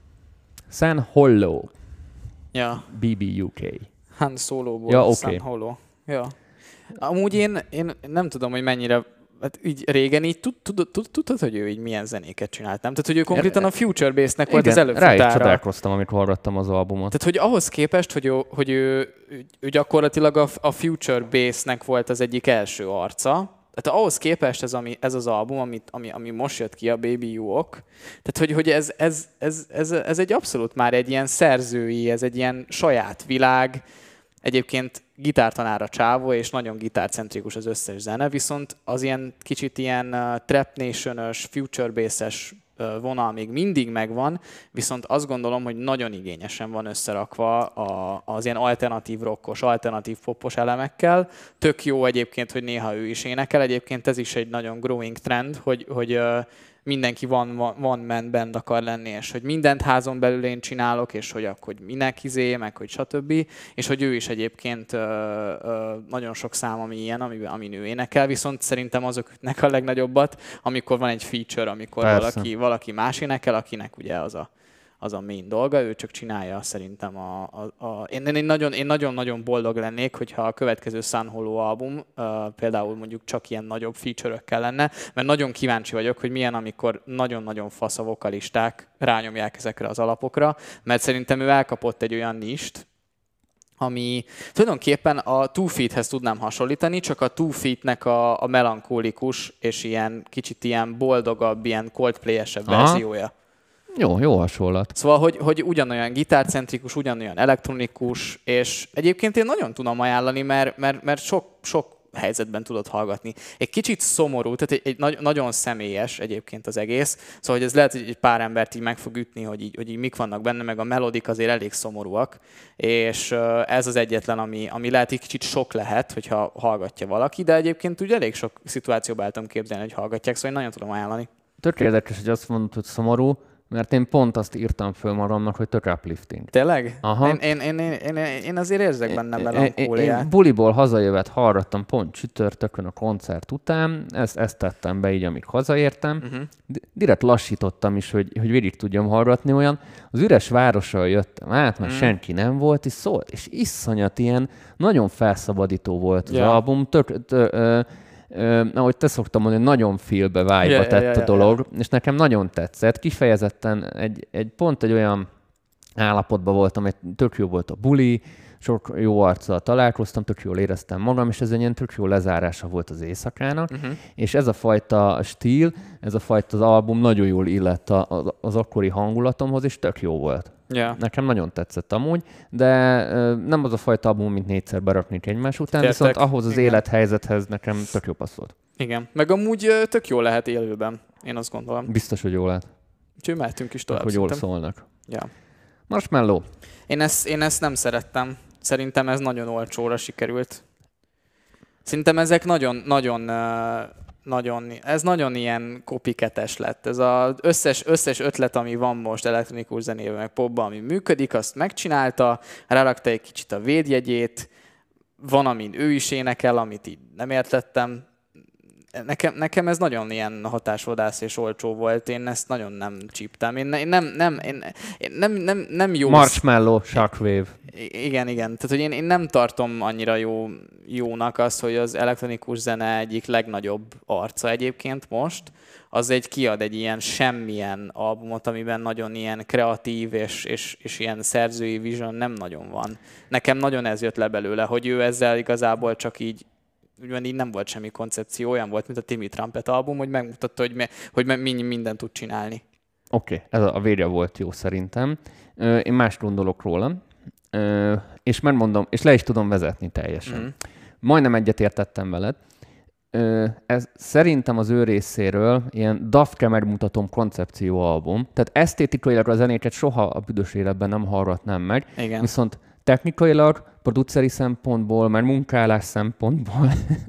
[SPEAKER 1] San Holo.
[SPEAKER 2] Ja.
[SPEAKER 1] bé bé u ká.
[SPEAKER 2] Han Solo-ból,
[SPEAKER 1] ja, okay.
[SPEAKER 2] San Holo. Ja. Amúgy én, én nem tudom, hogy mennyire, hát így régen így tud, tud, tud, tudtad, hogy ő így milyen zenéket csinált, nem? Tehát, hogy ő konkrétan a Future Bass-nek volt az előfutára.
[SPEAKER 1] Rá is csodálkoztam, amikor hallgattam az albumot.
[SPEAKER 2] Tehát, hogy ahhoz képest, hogy ő, hogy ő, ő gyakorlatilag a, a Future Bass-nek volt az egyik első arca, tehát ahhoz képest ez, ami, ez az album, ami, ami, ami most jött ki, a Baby You-ok, tehát hogy, hogy ez, ez, ez, ez, ez egy abszolút már egy ilyen szerzői, ez egy ilyen saját világ, egyébként gitártanára csávó, és nagyon gitárcentrikus az összes zene, viszont az ilyen kicsit ilyen uh, Trap Nation-ös, Future Bass-es vonal még mindig megvan, viszont azt gondolom, hogy nagyon igényesen van összerakva a, az ilyen alternatív rockos, alternatív popos elemekkel. Tök jó egyébként, hogy néha ő is énekel. Egyébként ez is egy nagyon growing trend, hogy, hogy mindenki van, van, van man band akar lenni, és hogy mindent házon belül én csinálok, és hogy akkor minek izé, meg hogy stb. És hogy ő is egyébként ö, ö, nagyon sok szám, ami ilyen, ami, ami ő énekel, viszont szerintem azoknak a legnagyobbat, amikor van egy feature, amikor valaki, valaki más énekel, akinek ugye az a az a main dolga, ő csak csinálja szerintem a... a, a én, én, nagyon, én nagyon-nagyon boldog lennék, hogyha a következő Sun Holo album uh, például mondjuk csak ilyen nagyobb feature-ökkel lenne, mert nagyon kíváncsi vagyok, hogy milyen, amikor nagyon-nagyon fasz a vokalisták rányomják ezekre az alapokra, mert szerintem ő elkapott egy olyan nist, ami tulajdonképpen a Two Feet-hez tudnám hasonlítani, csak a Two Feet-nek a, a melankólikus és ilyen kicsit ilyen boldogabb, ilyen Coldplay-esebb verziója.
[SPEAKER 1] Jó, jó hasonlat.
[SPEAKER 2] Szóval, hogy, hogy ugyanolyan gitárcentrikus, ugyanolyan elektronikus, és egyébként én nagyon tudom ajánlani, mert, mert, mert sok, sok helyzetben tudod hallgatni. Egy kicsit szomorú, tehát egy, egy nagy, nagyon személyes egyébként az egész, szóval hogy ez lehet, hogy egy pár embert így meg fog ütni, hogy így, hogy így mik vannak benne, meg a melodik azért elég szomorúak, és ez az egyetlen, ami, ami lehet, egy kicsit sok lehet, hogyha hallgatja valaki, de egyébként ugye elég sok szituációban el tudom képzelni, hogy hallgatják, szóval én nagyon tudom ajánlani.
[SPEAKER 1] Tök érdekes, hogy azt mondod, hogy szomorú, mert én pont azt írtam föl magamnak, hogy tök uplifting.
[SPEAKER 2] Tényleg? Aha. Én, én, én, én, én azért érzek benne melankóliát.
[SPEAKER 1] Én buliból hazajövet hallgattam pont csütörtökön a koncert után, ezt, ezt tettem be így, amíg hazaértem. Uh-huh. Direkt lassítottam is, hogy, hogy végig tudjam hallgatni, olyan az üres városról jöttem át, mert uh-huh. senki nem volt, és szólt, és iszonyat ilyen, nagyon felszabadító volt az yeah. album, tök, tök, tök Uh, ahogy te szoktam mondani, nagyon feel-be vibe-ba yeah, tett yeah, yeah, a dolog, yeah. és nekem nagyon tetszett. Kifejezetten egy, egy pont egy olyan állapotban voltam, egy tök jó volt a buli, sok jó arccal találkoztam, tök jól éreztem magam, és ez egy ilyen tök jó lezárása volt az éjszakának, uh-huh. és ez a fajta stíl, ez a fajta az album nagyon jól illett a, a, az akkori hangulatomhoz, és tök jó volt. Yeah. Nekem nagyon tetszett amúgy, de uh, nem az a fajta album, mint négyszer beraknék egymás után, Értek. Viszont ahhoz az Igen. élethelyzethez nekem tök jó passzolt.
[SPEAKER 2] Igen, meg amúgy uh, tök jó lehet élőben, én azt gondolom.
[SPEAKER 1] Biztos, hogy jó lehet.
[SPEAKER 2] Úgyhogy mehetünk is tovább.
[SPEAKER 1] Hogy jól szólnak.
[SPEAKER 2] Yeah.
[SPEAKER 1] Marshmello.
[SPEAKER 2] Én ezt, én ezt nem szerettem. Szerintem ez nagyon olcsóra sikerült. Szerintem ezek nagyon, nagyon, nagyon, ez nagyon ilyen copycat-es lett. Ez az összes, összes ötlet, ami van most elektronikus zenében, meg popban, ami működik, azt megcsinálta, rárakta egy kicsit a védjegyét, van, amin ő is énekel, amit így nem értettem. Nekem, nekem ez nagyon ilyen hatásvadász és olcsó volt, én ezt nagyon nem csíptem. Én, én nem, nem, én, én nem, nem, nem jó...
[SPEAKER 1] Marshmello, Shockwave.
[SPEAKER 2] Igen, igen. Tehát, hogy én, én nem tartom annyira jó, jónak azt, hogy az elektronikus zene egyik legnagyobb arca egyébként most, az egy kiad egy ilyen semmilyen albumot, amiben nagyon ilyen kreatív és, és, és ilyen szerzői vision nem nagyon van. Nekem nagyon ez jött le belőle, hogy ő ezzel igazából csak így ugyan így nem volt semmi koncepció, olyan volt, mint a Timmy Trumpet album, hogy megmutatta, hogy, me, hogy me, mindent tud csinálni.
[SPEAKER 1] Oké, okay, ez a vége volt jó szerintem. Én más gondolok róla, és megmondom, és le is tudom vezetni teljesen. Mm. Majdnem egyetértettem veled. Ez szerintem az ő részéről ilyen dafke megmutatom koncepció album, tehát esztétikailag a zenéket soha a büdös életben nem hallgatnám meg, Igen. viszont technikailag, produceri szempontból, már munkálás szempontból,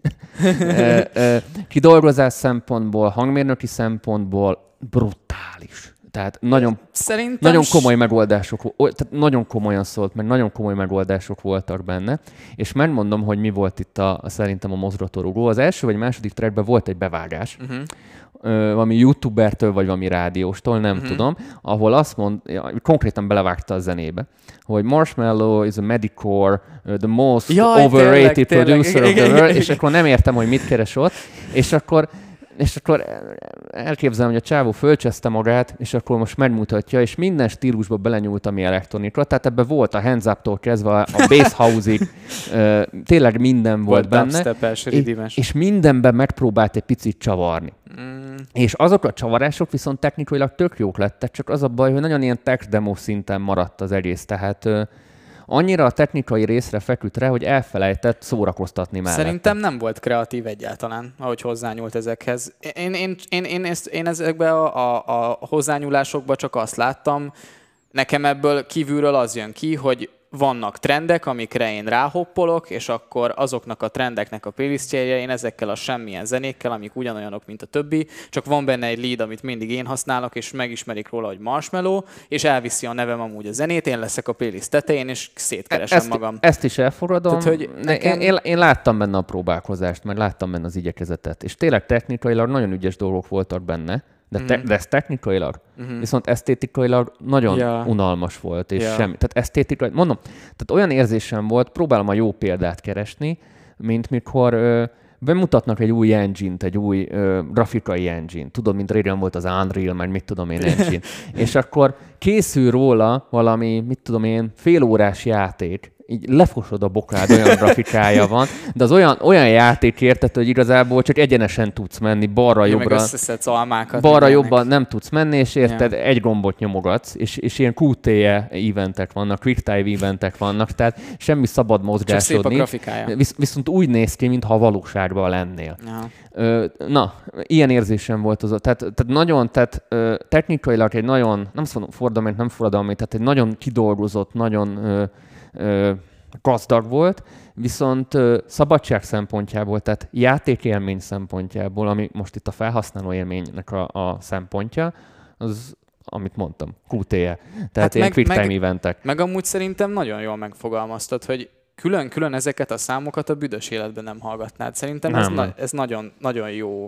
[SPEAKER 1] kidolgozás szempontból, hangmérnöki szempontból brutális. Tehát nagyon, nagyon komoly megoldások, tehát nagyon komolyan szólt, meg nagyon komoly megoldások voltak benne, és megmondom, hogy mi volt itt a, a szerintem a mozgatórugó. Az első vagy második trackben volt egy bevágás, uh-huh. valami youtubertől, vagy valami rádióstól, nem uh-huh. tudom, ahol azt mond, konkrétan belevágta a zenébe, hogy Marshmello is a medicore, the most Jaj, overrated tényleg, producer tényleg. of the world, és akkor nem értem, hogy mit keres ott, és akkor És akkor elképzelem, hogy a csávó fölcseszte magát, és akkor most megmutatja, és minden stílusba belenyúlt, ami elektronika. Tehát ebben volt a hands up-tól kezdve a bass house-ig, tényleg minden volt, volt benne. És, és mindenben megpróbált egy picit csavarni. Mm. És azok a csavarások viszont technikailag tök jók lettek, csak az a baj, hogy nagyon ilyen tech demo szinten maradt az egész. Tehát annyira a technikai részre feküdt rá, hogy elfelejtett szórakoztatni mellette.
[SPEAKER 2] Szerintem nem volt kreatív egyáltalán, ahogy hozzányúlt ezekhez. Én, én, én, én, ezt, én ezekben a, a, a hozzányúlásokban csak azt láttam, nekem ebből kívülről az jön ki, hogy vannak trendek, amikre én ráhoppolok, és akkor azoknak a trendeknek a playlistjére én ezekkel a semmilyen zenékkel, amik ugyanolyanok, mint a többi, csak van benne egy lead, amit mindig én használok, és megismerik róla, hogy Marshmello, és elviszi a nevem amúgy a zenét, én leszek a playlist tetején, és szétkeresem
[SPEAKER 1] ezt,
[SPEAKER 2] magam.
[SPEAKER 1] Ezt is elfogadom. Tehát, hogy
[SPEAKER 2] nekem...
[SPEAKER 1] én, én, én láttam benne a próbálkozást, meg láttam benne az igyekezetet, és tényleg technikailag nagyon ügyes dolgok voltak benne, de, te, mm. de ez technikailag, mm-hmm. viszont esztétikailag nagyon ja. unalmas volt, és ja. semmi. Tehát esztétikailag, mondom, tehát olyan érzésem volt, próbálom a jó példát keresni, mint mikor ö, bemutatnak egy új engine-t, egy új ö, grafikai engine. Tudod, mint régen volt az Unreal, meg mit tudom én engine. És akkor készül róla valami, mit tudom én, félórás játék, így lefosod a bokád, olyan grafikája van, de az olyan, olyan játék érted, hogy igazából csak egyenesen tudsz menni, balra-jobbra. Balra-jobban nem tudsz menni, és érted, ja. egy gombot nyomogatsz, és, és ilyen kú té e eventek vannak, quick-time eventek vannak, tehát semmi szabad mozgásod nincs. Visz, viszont úgy néz ki, mintha a valóságban lennél. Ja. Ö, na, ilyen érzésem volt az. Tehát, tehát nagyon, tehát ö, technikailag egy nagyon, nem szóval fordalmi, nem forradalmi, tehát egy nagyon kidolgozott, nagyon ö, Ö, gazdag volt, viszont ö, szabadság szempontjából, tehát játékélmény szempontjából, ami most itt a felhasználó élménynek a, a szempontja, az, amit mondtam, kú té e. Tehát hát ilyen quick time eventek.
[SPEAKER 2] Meg amúgy szerintem nagyon jól megfogalmaztad, hogy külön-külön ezeket a számokat a büdös életben nem hallgatnád. Szerintem nem. ez, na, ez nagyon, nagyon jó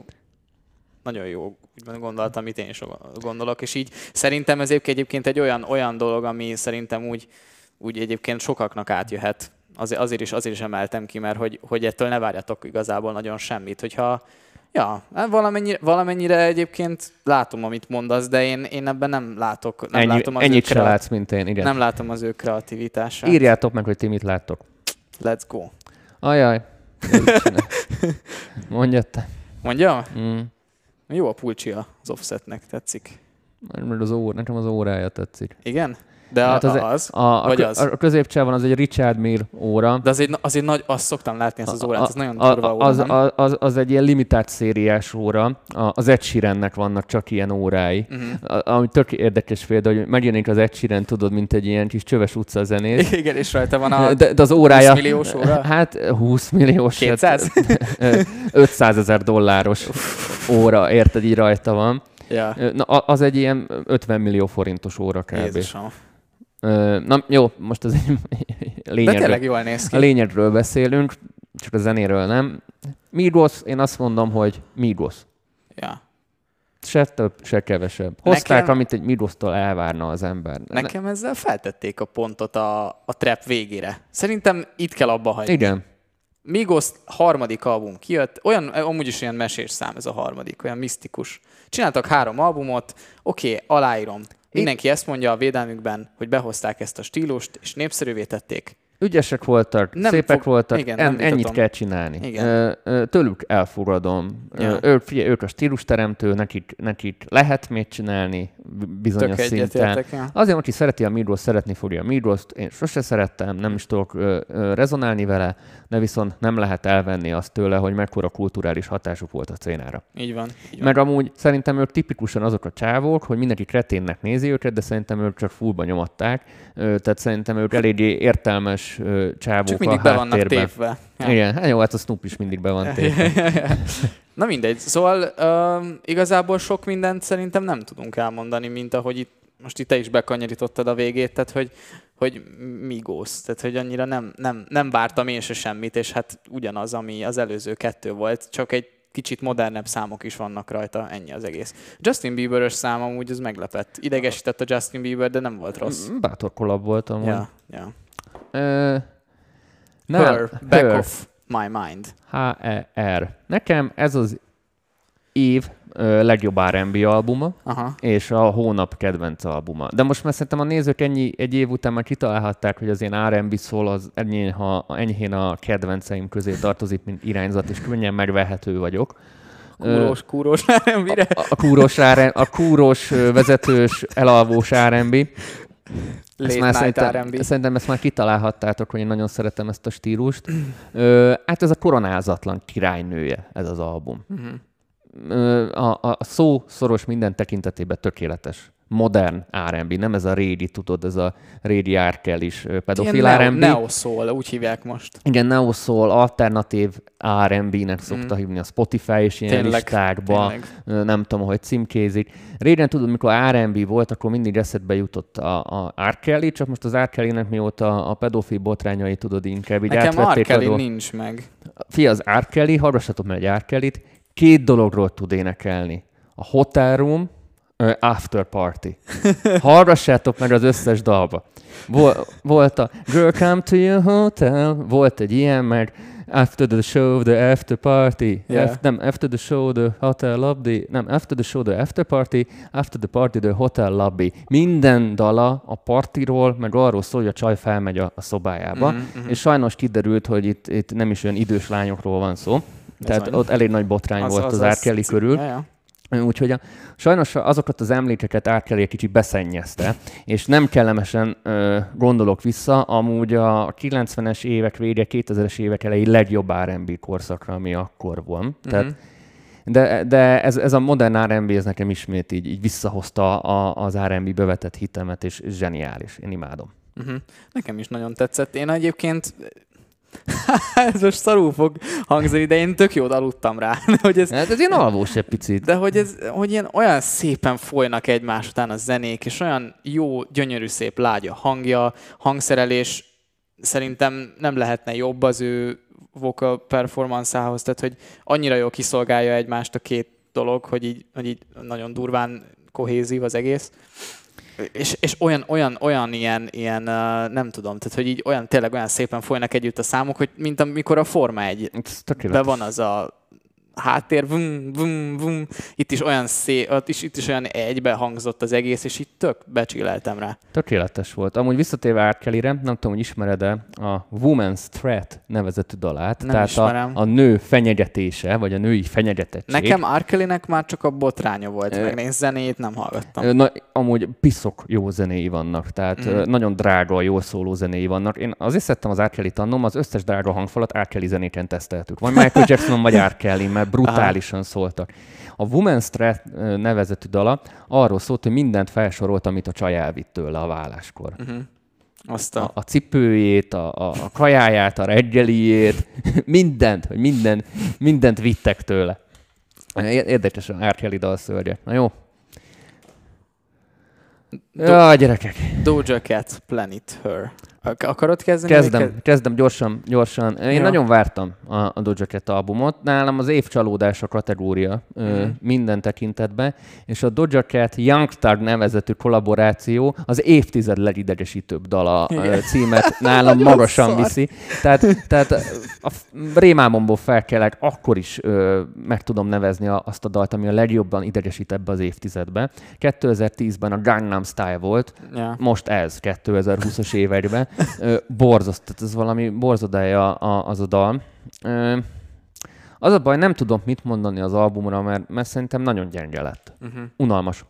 [SPEAKER 2] nagyon jó gondolat, amit én is gondolok, és így szerintem ez egyébként egy olyan, olyan dolog, ami szerintem úgy úgy egyébként sokaknak átjöhet. Azért, azért, is, azért is emeltem ki, mert hogy, hogy ettől ne várjatok igazából nagyon semmit. Hogyha, ja, valamennyire, valamennyire egyébként látom, amit mondasz, de én, én ebben nem látok. Nem
[SPEAKER 1] Ennyi,
[SPEAKER 2] látom az
[SPEAKER 1] ennyit se látsz, mint én, igen.
[SPEAKER 2] Nem látom az ő kreativitását.
[SPEAKER 1] Írjátok meg, hogy ti mit láttok.
[SPEAKER 2] Let's go.
[SPEAKER 1] Ajaj. Mondja te.
[SPEAKER 2] Mondja? Mm. Jó a pulcsi az Offsetnek, tetszik.
[SPEAKER 1] Mert az óra, nekem az órája tetszik.
[SPEAKER 2] Igen? De hát
[SPEAKER 1] az,
[SPEAKER 2] az,
[SPEAKER 1] a, a,
[SPEAKER 2] vagy az?
[SPEAKER 1] A középcsávon az egy Richard Mille óra.
[SPEAKER 2] De azért, azért nagy, azt szoktam látni, ezt az órát, az nagyon durva óra,
[SPEAKER 1] az, az, az, az egy ilyen limitált szériás óra. Az Ed Sheerannek vannak csak ilyen órái. Uh-huh. Ami tök érdekes például, hogy megjelenik az Ed Sheeran, tudod, mint egy ilyen kis csöves utcazenész.
[SPEAKER 2] Igen, és rajta van a
[SPEAKER 1] de, de az órája,
[SPEAKER 2] húsz milliós óra?
[SPEAKER 1] Hát húsz milliós.
[SPEAKER 2] kétszáz?
[SPEAKER 1] ötszázezer dolláros óra, érted, így rajta van.
[SPEAKER 2] Ja.
[SPEAKER 1] Na, az egy ilyen ötven millió forintos óra kb.
[SPEAKER 2] Jézusom.
[SPEAKER 1] Na jó, most az egy lényegről,
[SPEAKER 2] de tényleg jól néz ki.
[SPEAKER 1] A lényegről beszélünk, csak a zenéről nem. Migos, én azt mondom, hogy Migos.
[SPEAKER 2] Ja.
[SPEAKER 1] Se több, se kevesebb. Hozták, nekem, amit egy Migostól elvárna az ember.
[SPEAKER 2] Nekem ezzel feltették a pontot a, a trap végére. Szerintem itt kell abba hagyni.
[SPEAKER 1] Igen.
[SPEAKER 2] Migos harmadik album kijött, olyan, amúgy is ilyen mesés szám ez a harmadik, olyan misztikus. Csináltak három albumot, oké, okay, aláírom. Mindenki ezt mondja a védelmükben, hogy behozták ezt a stílust, és népszerűvé tették.
[SPEAKER 1] Ügyesek voltak, nem szépek fog... voltak, igen, en, ennyit kell csinálni.
[SPEAKER 2] Igen.
[SPEAKER 1] Tőlük elfogadom. Ja. Ők, figyelj, ők a stílusteremtő, nekik, nekik lehet még csinálni bizonyos
[SPEAKER 2] Tök
[SPEAKER 1] szinten.
[SPEAKER 2] Ja.
[SPEAKER 1] Azért, aki szereti a Migos, szeretni fogja a Migost. Én sose szerettem, nem is tudok ö, ö, rezonálni vele, de viszont nem lehet elvenni azt tőle, hogy mekkora kulturális hatásuk volt a szénára.
[SPEAKER 2] Így van. Így van.
[SPEAKER 1] Meg amúgy szerintem ők tipikusan azok a csávók, hogy mindenki kreténnek nézi őket, de szerintem ők csak fullba nyomatták. Tehát szerintem ők eléggé értelmes csávók
[SPEAKER 2] csak mindig
[SPEAKER 1] a
[SPEAKER 2] be vannak
[SPEAKER 1] háttérben.
[SPEAKER 2] tépve.
[SPEAKER 1] Ja. Igen, hát jó, hát a Snoop is mindig be van tépve.
[SPEAKER 2] Na mindegy, szóval um, igazából sok mindent szerintem nem tudunk elmondani, mint ahogy itt, most itt te is bekanyarítottad a végét, tehát hogy, hogy Migos, tehát hogy annyira nem, nem, nem vártam én se semmit, és hát ugyanaz, ami az előző kettő volt, csak egy kicsit modernebb számok is vannak rajta, ennyi az egész. Justin Bieber-ös szám amúgy az meglepett. Idegesített a Justin Bieber, de nem volt rossz.
[SPEAKER 1] Bátor kollab volt amúgy.
[SPEAKER 2] Ja, ja.
[SPEAKER 1] Uh,
[SPEAKER 2] Her, Back her. Of My Mind.
[SPEAKER 1] há e er. Nekem ez az év uh, legjobb er and bé albuma,
[SPEAKER 2] aha,
[SPEAKER 1] és a hónap kedvenc albuma. De most már szerintem a nézők ennyi, egy év után már kitalálhatták, hogy az én er and bé szól az enyhén, ha, enyhén a kedvenceim közé tartozik, mint irányzat, és könnyen megvehető vagyok.
[SPEAKER 2] Kúrós, uh, kúrós er and bé-re.
[SPEAKER 1] A, a, kúrós, a kúrós, vezetős, elalvós er and bé.
[SPEAKER 2] Late night
[SPEAKER 1] szerintem,
[SPEAKER 2] er end bé.
[SPEAKER 1] Szerintem ezt már kitalálhattátok, hogy én nagyon szeretem ezt a stílust. Ö, hát ez a koronázatlan királynője, ez az album. Uh-huh. Ö, a, a szó szoros minden tekintetében tökéletes. Modern er end bé, nem ez a régi, tudod, ez a régi R. Kelly-s pedofil er end bé.
[SPEAKER 2] Neo-soul, úgy hívják most.
[SPEAKER 1] Igen, neo-soul, alternatív er end bé-nek szokta mm. hívni a Spotify és ilyen tényleg, listákba. Tényleg. Nem tudom, hogy címkézik. Régen tudod, mikor er end bé volt, akkor mindig eszedbe jutott a, a R. Kelly, csak most az R. Kelly-nek mióta a pedofil botrányai, tudod, inkább így
[SPEAKER 2] nekem R. Kelly adó... nincs meg.
[SPEAKER 1] Fia, az R. Kelly, hallgassatok meg egy R. Kellyt, két dologról tud énekelni. A Hotel Room, After Party. Hallgassátok meg az összes dalba. Vol- volt a Girl Come to Your Hotel, volt egy ilyen, meg After the Show, the After Party.
[SPEAKER 2] Yeah.
[SPEAKER 1] F- nem, After the Show, the Hotel Lobby. Nem, After the Show, the After Party. After the Party, the Hotel Lobby. Minden dala a partiról, meg arról szól, hogy a csaj felmegy a, a szobájába. Mm-hmm. És sajnos kiderült, hogy itt, itt nem is olyan idős lányokról van szó. Ez Tehát olyan. Ott elég nagy botrány az, volt az, az R. Kelly c- körül. Ja, ja. Úgyhogy a, sajnos azokat az emlékeket R. Kelly kicsit beszennyezte, és nem kellemesen ö, gondolok vissza, amúgy a kilencvenes évek vége, kétezres évek elejé legjobb er end bé korszakra, ami akkor van. Mm-hmm. Tehát, de de ez, ez a modern er end bé, ez nekem ismét így, így visszahozta a, az er end bé bevetett hitemet, és zseniális. Én imádom.
[SPEAKER 2] Mm-hmm. Nekem is nagyon tetszett. Én egyébként... ez most szarul fog hangzani, de én tök jót aludtam rá. hogy ez,
[SPEAKER 1] hát ez ilyen alvós egy picit.
[SPEAKER 2] De hogy, ez, hogy ilyen olyan szépen folynak egymás után a zenék, és olyan jó, gyönyörű, szép, lágya hangja, hangszerelés, szerintem nem lehetne jobb az ő vocal performance-ához, tehát hogy annyira jól kiszolgálja egymást a két dolog, hogy így, hogy így nagyon durván kohézív az egész. És, és olyan, olyan, olyan ilyen, ilyen, nem tudom, tehát hogy így olyan, tényleg olyan szépen folynak együtt a számok, hogy mint amikor a Forma egy be van az a háttér, vum, vum, vum. Itt is olyan szé, ott is, itt is olyan egybe hangzott az egész, és itt tök becsilleltem rá.
[SPEAKER 1] Tökéletes volt. Amúgy visszatérve R. Kellyre, nem tudom, hogy ismered-e a Woman's Threat nevezetű dalát.
[SPEAKER 2] Nem
[SPEAKER 1] tehát
[SPEAKER 2] ismerem.
[SPEAKER 1] A, a nő fenyegetése, vagy a női fenyegetettség.
[SPEAKER 2] Nekem R. Kellynek már csak a botránya volt, meg én zenét nem hallgattam.
[SPEAKER 1] Na, amúgy piszok jó zenéi vannak, tehát mm. nagyon drága, jól szóló zenéi vannak. Én azért szerettem az R. Kellyt annom, az összes drága hangfalat R. Kelly zenéken teszteltük. Vagy Michael Jackson, vagy R. Kelly, mert brutálisan aha. szóltak. A Woman's Threat nevezetű dala arról szólt, hogy mindent felsorolt, amit a csaj elvitt tőle a váláskor. Uh-huh.
[SPEAKER 2] Azt a...
[SPEAKER 1] A, a cipőjét, a, a, a kajáját, a reggeliét, mindent, hogy minden, mindent vittek tőle. Érdekes a R. Kelly dalszörnyek. Na jó. Do- ja, gyerekek.
[SPEAKER 2] Doja Cat, Planet Her. Akarod kezdeni?
[SPEAKER 1] Kezdem, kezd... kezdem gyorsan, gyorsan. Én ja. nagyon vártam a, a Doja Cat albumot. Nálam az év csalódása kategória mm. minden tekintetben, és a Doja Cat Young Thug nevezetű kollaboráció az évtized legidegesítőbb dala igen. címet nálam magasan szar. viszi. Tehát, tehát a rémámomból felkelek, akkor is ö, meg tudom nevezni a, azt a dalt, ami a legjobban idegesít ebbe az évtizedbe. kétezer-tízben a Gangnam Style volt, ja. most ez kétezer-húszas években. Borzaszt, tehát ez valami borzodája az a dal. Az a baj, nem tudom mit mondani az albumra, mert, mert szerintem nagyon gyenge lett. Uh-huh. Unalmas.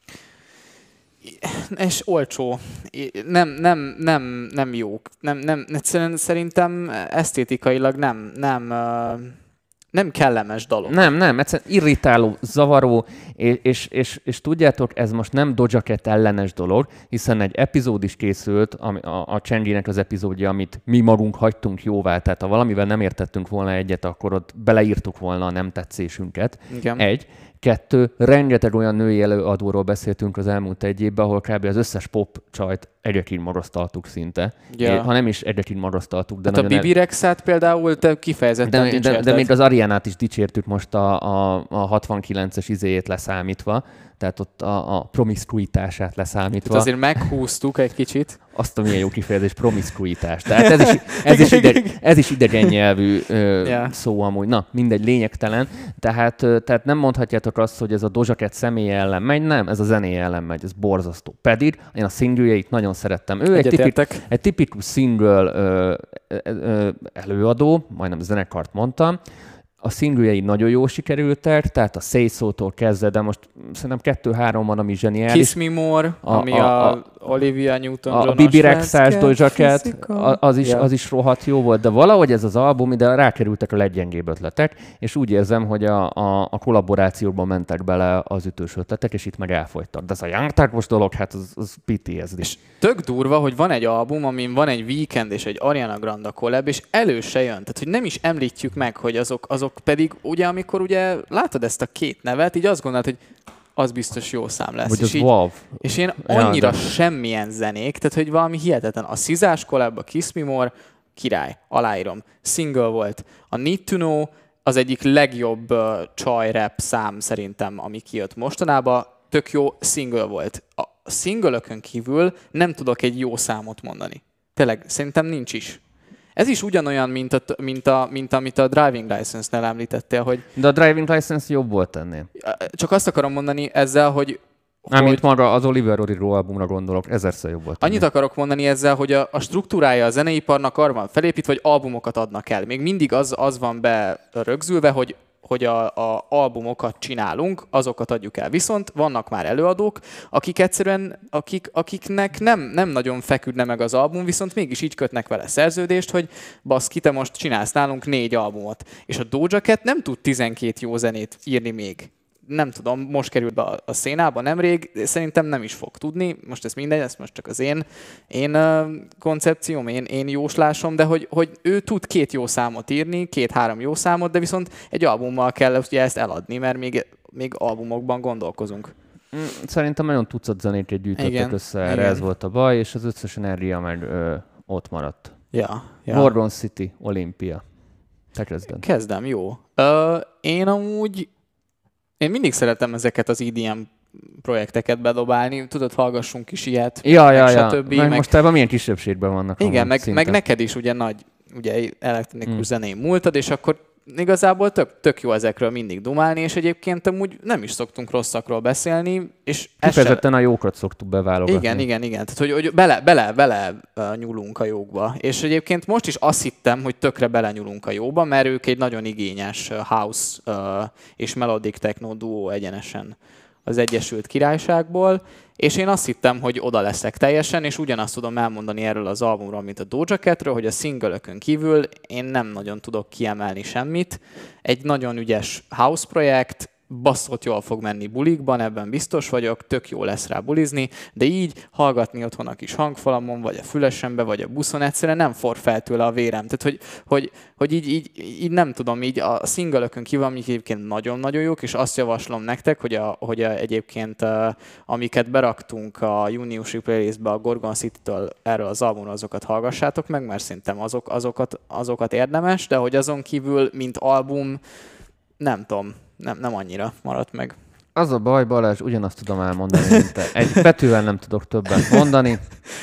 [SPEAKER 2] És olcsó. Nem, nem, nem, nem jók. Nem, nem, szerintem esztétikailag nem, nem, nem kellemes dalok.
[SPEAKER 1] Nem, nem, egyszerűen irritáló, zavaró, és, és, és, és tudjátok, ez most nem Doja Cat ellenes dolog, hiszen egy epizód is készült, a, a, a Csenginek az epizódja, amit mi magunk hagytunk jóvá, tehát ha valamivel nem értettünk volna egyet, akkor ott beleírtuk volna a nem tetszésünket. Igen. Egy. Kettő, rengeteg olyan női előadóról beszéltünk az elmúlt egy évben, ahol kb. Az összes pop csajt egyekig magasztaltuk szinte. Ja. É, ha nem is egyekig magasztaltuk, de
[SPEAKER 2] hát a Bibi Rexát például te kifejezetten
[SPEAKER 1] de, de, de még az Arianát is dicsértük most a, a, a hatvankilences izéjét leszámítva, tehát ott a, a promiszkuitását leszámítva.
[SPEAKER 2] Itt azért meghúztuk egy kicsit.
[SPEAKER 1] Azt a milyen jó kifejezés, promiszkuitás. Tehát ez is, ez is, ide, ez is idegen nyelvű ö, yeah. szó amúgy. Na, mindegy, lényegtelen. Tehát, ö, tehát nem mondhatjátok azt, hogy ez a Doja Cat személye ellen megy, nem, ez a zenéje ellen megy, ez borzasztó. Pedig én a szingljeit nagyon szerettem. Ő egy, tipik, egy tipikus single ö, ö, előadó, majdnem zenekart mondtam. A szingljei nagyon jól sikerültek, tehát a Say So-tól kezdve, de most szerintem kettő-három van, ami zseniális.
[SPEAKER 2] Kiss Me More, a, ami a, a, a Olivia Newton-John,
[SPEAKER 1] a Bibi Rexás Doja Cat, az is, ja. az is rohadt jó volt, de valahogy ez az album, ide rákerültek a leggyengébb ötletek, és úgy érzem, hogy a, a, a kollaborációban mentek bele az ütős ötletek, és itt meg elfogytak. De ez a Young Turkos dolog, hát az, az pé té es dé.
[SPEAKER 2] És tök durva, hogy van egy album, amin van egy Weekend és egy Ariana Grande collab, és elő se jön. Tehát, hogy nem is említjük meg, hogy azok, azok pedig, ugye, amikor ugye látod ezt a két nevet, így azt gondolod, hogy az biztos jó szám lesz.
[SPEAKER 1] Vagy
[SPEAKER 2] és, így,
[SPEAKER 1] wow.
[SPEAKER 2] és én annyira ja, de... semmilyen zenék, tehát hogy valami hihetetlen. A Szizás collab, a Kiss Me More, király, aláírom. Single volt. A Need to Know az egyik legjobb uh, csaj rap szám szerintem, ami kijött mostanában. Tök jó single volt. A single-ökön kívül nem tudok egy jó számot mondani. Tényleg, szerintem nincs is. Ez is ugyanolyan, mint, a, mint, a, mint amit a Driving License-nel említettél, hogy...
[SPEAKER 1] De a Driving License jobb volt ennél.
[SPEAKER 2] Csak azt akarom mondani ezzel, hogy...
[SPEAKER 1] Nem, mint maga az Oliver Rodrigo albumra gondolok, ezerszer jobb volt.
[SPEAKER 2] Annyit ennél. Akarok mondani ezzel, hogy a, a struktúrája a zeneiparnak arra van felépítve, hogy albumokat adnak el. Még mindig az, az van berögzülve, hogy hogy a, a albumokat csinálunk, azokat adjuk el. Viszont vannak már előadók, akik egyszerűen, akik, akiknek nem, nem nagyon feküdne meg az album, viszont mégis így kötnek vele szerződést, hogy baszki, te most csinálsz nálunk négy albumot. És a Doja Cat nem tud tizenkét jó zenét írni még. Nem tudom, most került be a, a szénába nemrég, szerintem nem is fog tudni, most ez mindegy, ez most csak az én, én uh, koncepcióm, én, én jóslásom, de hogy, hogy ő tud két jó számot írni, két-három jó számot, de viszont egy albummal kell ugye ezt eladni, mert még, még albumokban gondolkozunk.
[SPEAKER 1] Szerintem nagyon tucat zenét gyűjtöttek össze, erre ez volt a baj, és az összesen Enria meg ö, ott maradt.
[SPEAKER 2] Ja, ja.
[SPEAKER 1] Gorgon City, Olympia. Te kezdem.
[SPEAKER 2] Kezdem, jó. Uh, én amúgy Én mindig szeretem ezeket az é dé em projekteket bedobálni, tudod, hallgassunk is ilyet,
[SPEAKER 1] ja,
[SPEAKER 2] meg
[SPEAKER 1] ja, ja.
[SPEAKER 2] stb.
[SPEAKER 1] Meg most ebben milyen kisebbségben vannak.
[SPEAKER 2] Igen, meg, meg neked is ugye nagy ugye, elektronikus hmm. zenei múltad, és akkor igazából tök, tök jó ezekről mindig dumálni, és egyébként amúgy nem is szoktunk rosszakról beszélni. És
[SPEAKER 1] kifejezetten a jókat szoktuk beválogatni.
[SPEAKER 2] Igen, igen, igen. Tehát, hogy, hogy bele, bele, bele uh, nyúlunk a jókba. És egyébként most is azt hittem, hogy tökre belenyúlunk a jóba, mert ők egy nagyon igényes uh, house uh, és melodic techno duó egyenesen az Egyesült Királyságból, és én azt hittem, hogy oda leszek teljesen, és ugyanazt tudom elmondani erről az albumról, mint a Doja Catről, hogy a single-ökön kívül én nem nagyon tudok kiemelni semmit. Egy nagyon ügyes house projekt, baszott jól fog menni bulikban, ebben biztos vagyok, tök jó lesz rá bulizni, de így hallgatni otthon a kis hangfalamon, vagy a fülesembe, vagy a buszon egyszerűen nem for fel tőle a vérem. Tehát, hogy, hogy, hogy így, így, így nem tudom, így a single-ökön kívül, amik egyébként nagyon-nagyon jók, és azt javaslom nektek, hogy, a, hogy a, egyébként a, amiket beraktunk a júniusi playlistbe a Gorgon City-től erről az albumról, azokat hallgassátok meg, mert szerintem azok, azokat, azokat érdemes, de hogy azon kívül, mint album, nem tudom, Nem, nem annyira maradt meg.
[SPEAKER 1] Az a baj, Balázs, ugyanazt tudom elmondani, mint te. Egy betűvel nem tudok többet mondani,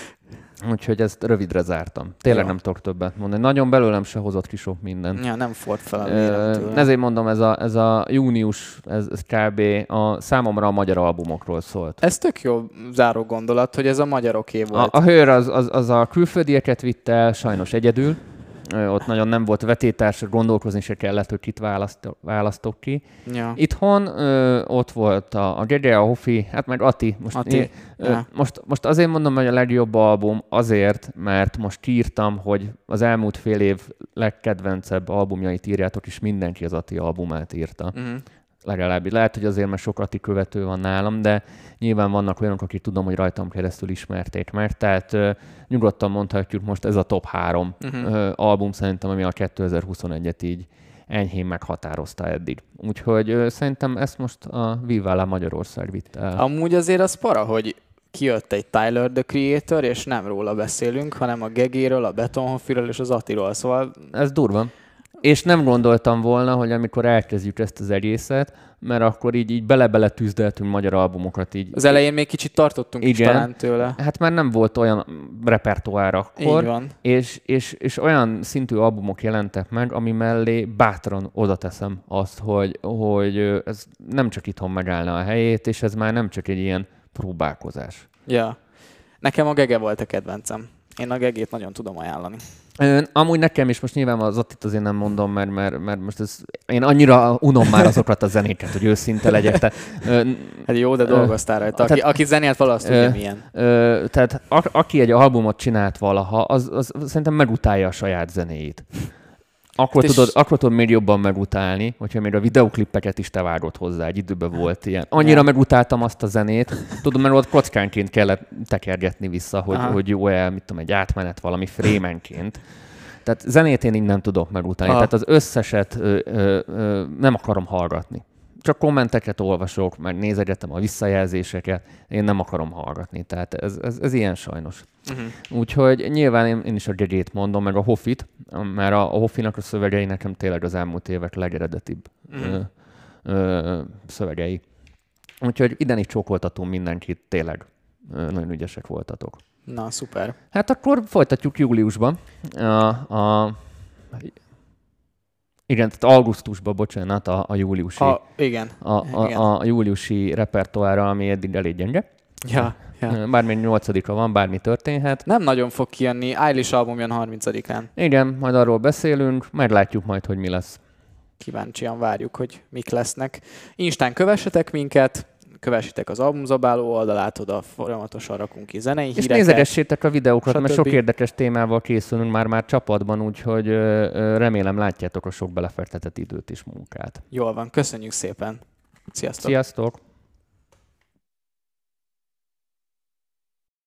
[SPEAKER 1] úgyhogy ezt rövidre zártam. Tényleg ja. nem tudok többet mondani. Nagyon belőlem se hozott ki sok minden.
[SPEAKER 2] Ja, nem ford fel a véremtől.
[SPEAKER 1] Ezért mondom, ez a, ez a június, ez, ez kb. A számomra a magyar albumokról szólt.
[SPEAKER 2] Ez tök jó záró gondolat, hogy ez a magyaroké volt.
[SPEAKER 1] A, a Hőr az, az, az a külföldieket vitte el, sajnos egyedül. Ott nagyon nem volt vetétárs, gondolkozni se kellett, hogy kit választok, választok ki. Ja. Itthon ö, ott volt a, a Gege, a Hofi, hát meg Ati. Most,
[SPEAKER 2] Ati.
[SPEAKER 1] Én, ö, ja. most, most azért mondom, hogy a legjobb album azért, mert most kiírtam, hogy az elmúlt fél év legkedvencebb albumjait írjátok, és mindenki az Ati albumát írta. Uh-huh. Legalábbis. Lehet, hogy azért, mert sok Ati követő van nálam, de nyilván vannak olyanok, akik tudom, hogy rajtam keresztül ismerték meg. Tehát uh, nyugodtan mondhatjuk, most ez a top három uh-huh. uh, album szerintem, ami a kétezer-huszonegyet így enyhén meghatározta eddig. Úgyhogy uh, szerintem ezt most a Viva la Magyarország vitte el.
[SPEAKER 2] Amúgy azért az para, hogy kijött egy Tyler, the Creator, és nem róla beszélünk, hanem a Gegéről, a Betonhoffiről és az Atiról. Szóval...
[SPEAKER 1] Ez durva. És nem gondoltam volna, hogy amikor elkezdjük ezt az egészet, mert akkor így, így bele-bele tűzdeltünk magyar albumokat. Így,
[SPEAKER 2] az elején még kicsit tartottunk igen, is talán tőle.
[SPEAKER 1] Hát már nem volt olyan repertoár akkor.
[SPEAKER 2] Így van.
[SPEAKER 1] És, és, és olyan szintű albumok jelentek meg, ami mellé bátran oda teszem azt, hogy, hogy ez nem csak itthon megállna a helyét, és ez már nem csak egy ilyen próbálkozás.
[SPEAKER 2] Ja. Nekem a Gege volt a kedvencem. Én a gegét nagyon tudom ajánlani.
[SPEAKER 1] Amúgy nekem is most nyilván az Attit azért nem mondom, mert, mert, mert most ez, én annyira unom már azokat a zenéket, hogy őszinte legyek. Te,
[SPEAKER 2] hát jó, de dolgoztál rajta. Aki, aki zenélt vala, azt tudja milyen.
[SPEAKER 1] Ö, tehát a, aki egy albumot csinált valaha, az, az szerintem megutálja a saját zenéit. Akkor hát tudod, akkor tudod még jobban megutálni, hogyha még a videoklippeket is te vágod hozzá, egy időben volt ilyen. Annyira megutáltam azt a zenét, tudom, mert ott kockánként kellett tekergetni vissza, hogy, hogy jó-e, mit tudom, egy átmenet valami frémenként. Tehát zenét én így nem tudok megutálni. Aha. Tehát az összeset ö, ö, ö, nem akarom hallgatni. Csak kommenteket olvasok, meg nézegetem a visszajelzéseket, én nem akarom hallgatni. Tehát ez, ez, ez ilyen sajnos. Uh-huh. Úgyhogy nyilván én, én is a gegét mondom, meg a Hofit, mert a, a Hofinak a szövegei nekem tényleg az elmúlt évek legeredetibb uh-huh. ö, ö, szövegei. Úgyhogy iden is csókoltatom mindenkit, tényleg ö, nagyon ügyesek voltatok.
[SPEAKER 2] Na, szuper.
[SPEAKER 1] Hát akkor folytatjuk júliusban. A, a, igen, tehát augusztusban, bocsánat, a, a júliusi,
[SPEAKER 2] a, igen.
[SPEAKER 1] A, a,
[SPEAKER 2] igen.
[SPEAKER 1] a júliusi repertoárra, ami eddig elég gyenge.
[SPEAKER 2] Ja, ja.
[SPEAKER 1] Bármilyen nyolcadika van, bármi történhet.
[SPEAKER 2] Nem nagyon fog kijönni, Eilish album jön harmincadikán.
[SPEAKER 1] Igen, majd arról beszélünk, meglátjuk majd, hogy mi lesz.
[SPEAKER 2] Kíváncsian várjuk, hogy mik lesznek. Instán kövessetek minket, kövessétek az albumzabáló oldalát, oda folyamatosan rakunk ki zenei híreket. És
[SPEAKER 1] nézegessétek a videókat, stb. Mert sok érdekes témával készülünk már-már csapatban, úgyhogy remélem látjátok a sok belefektetett időt és munkát.
[SPEAKER 2] Jól van, köszönjük szépen. Sziasztok!
[SPEAKER 1] Sziasztok!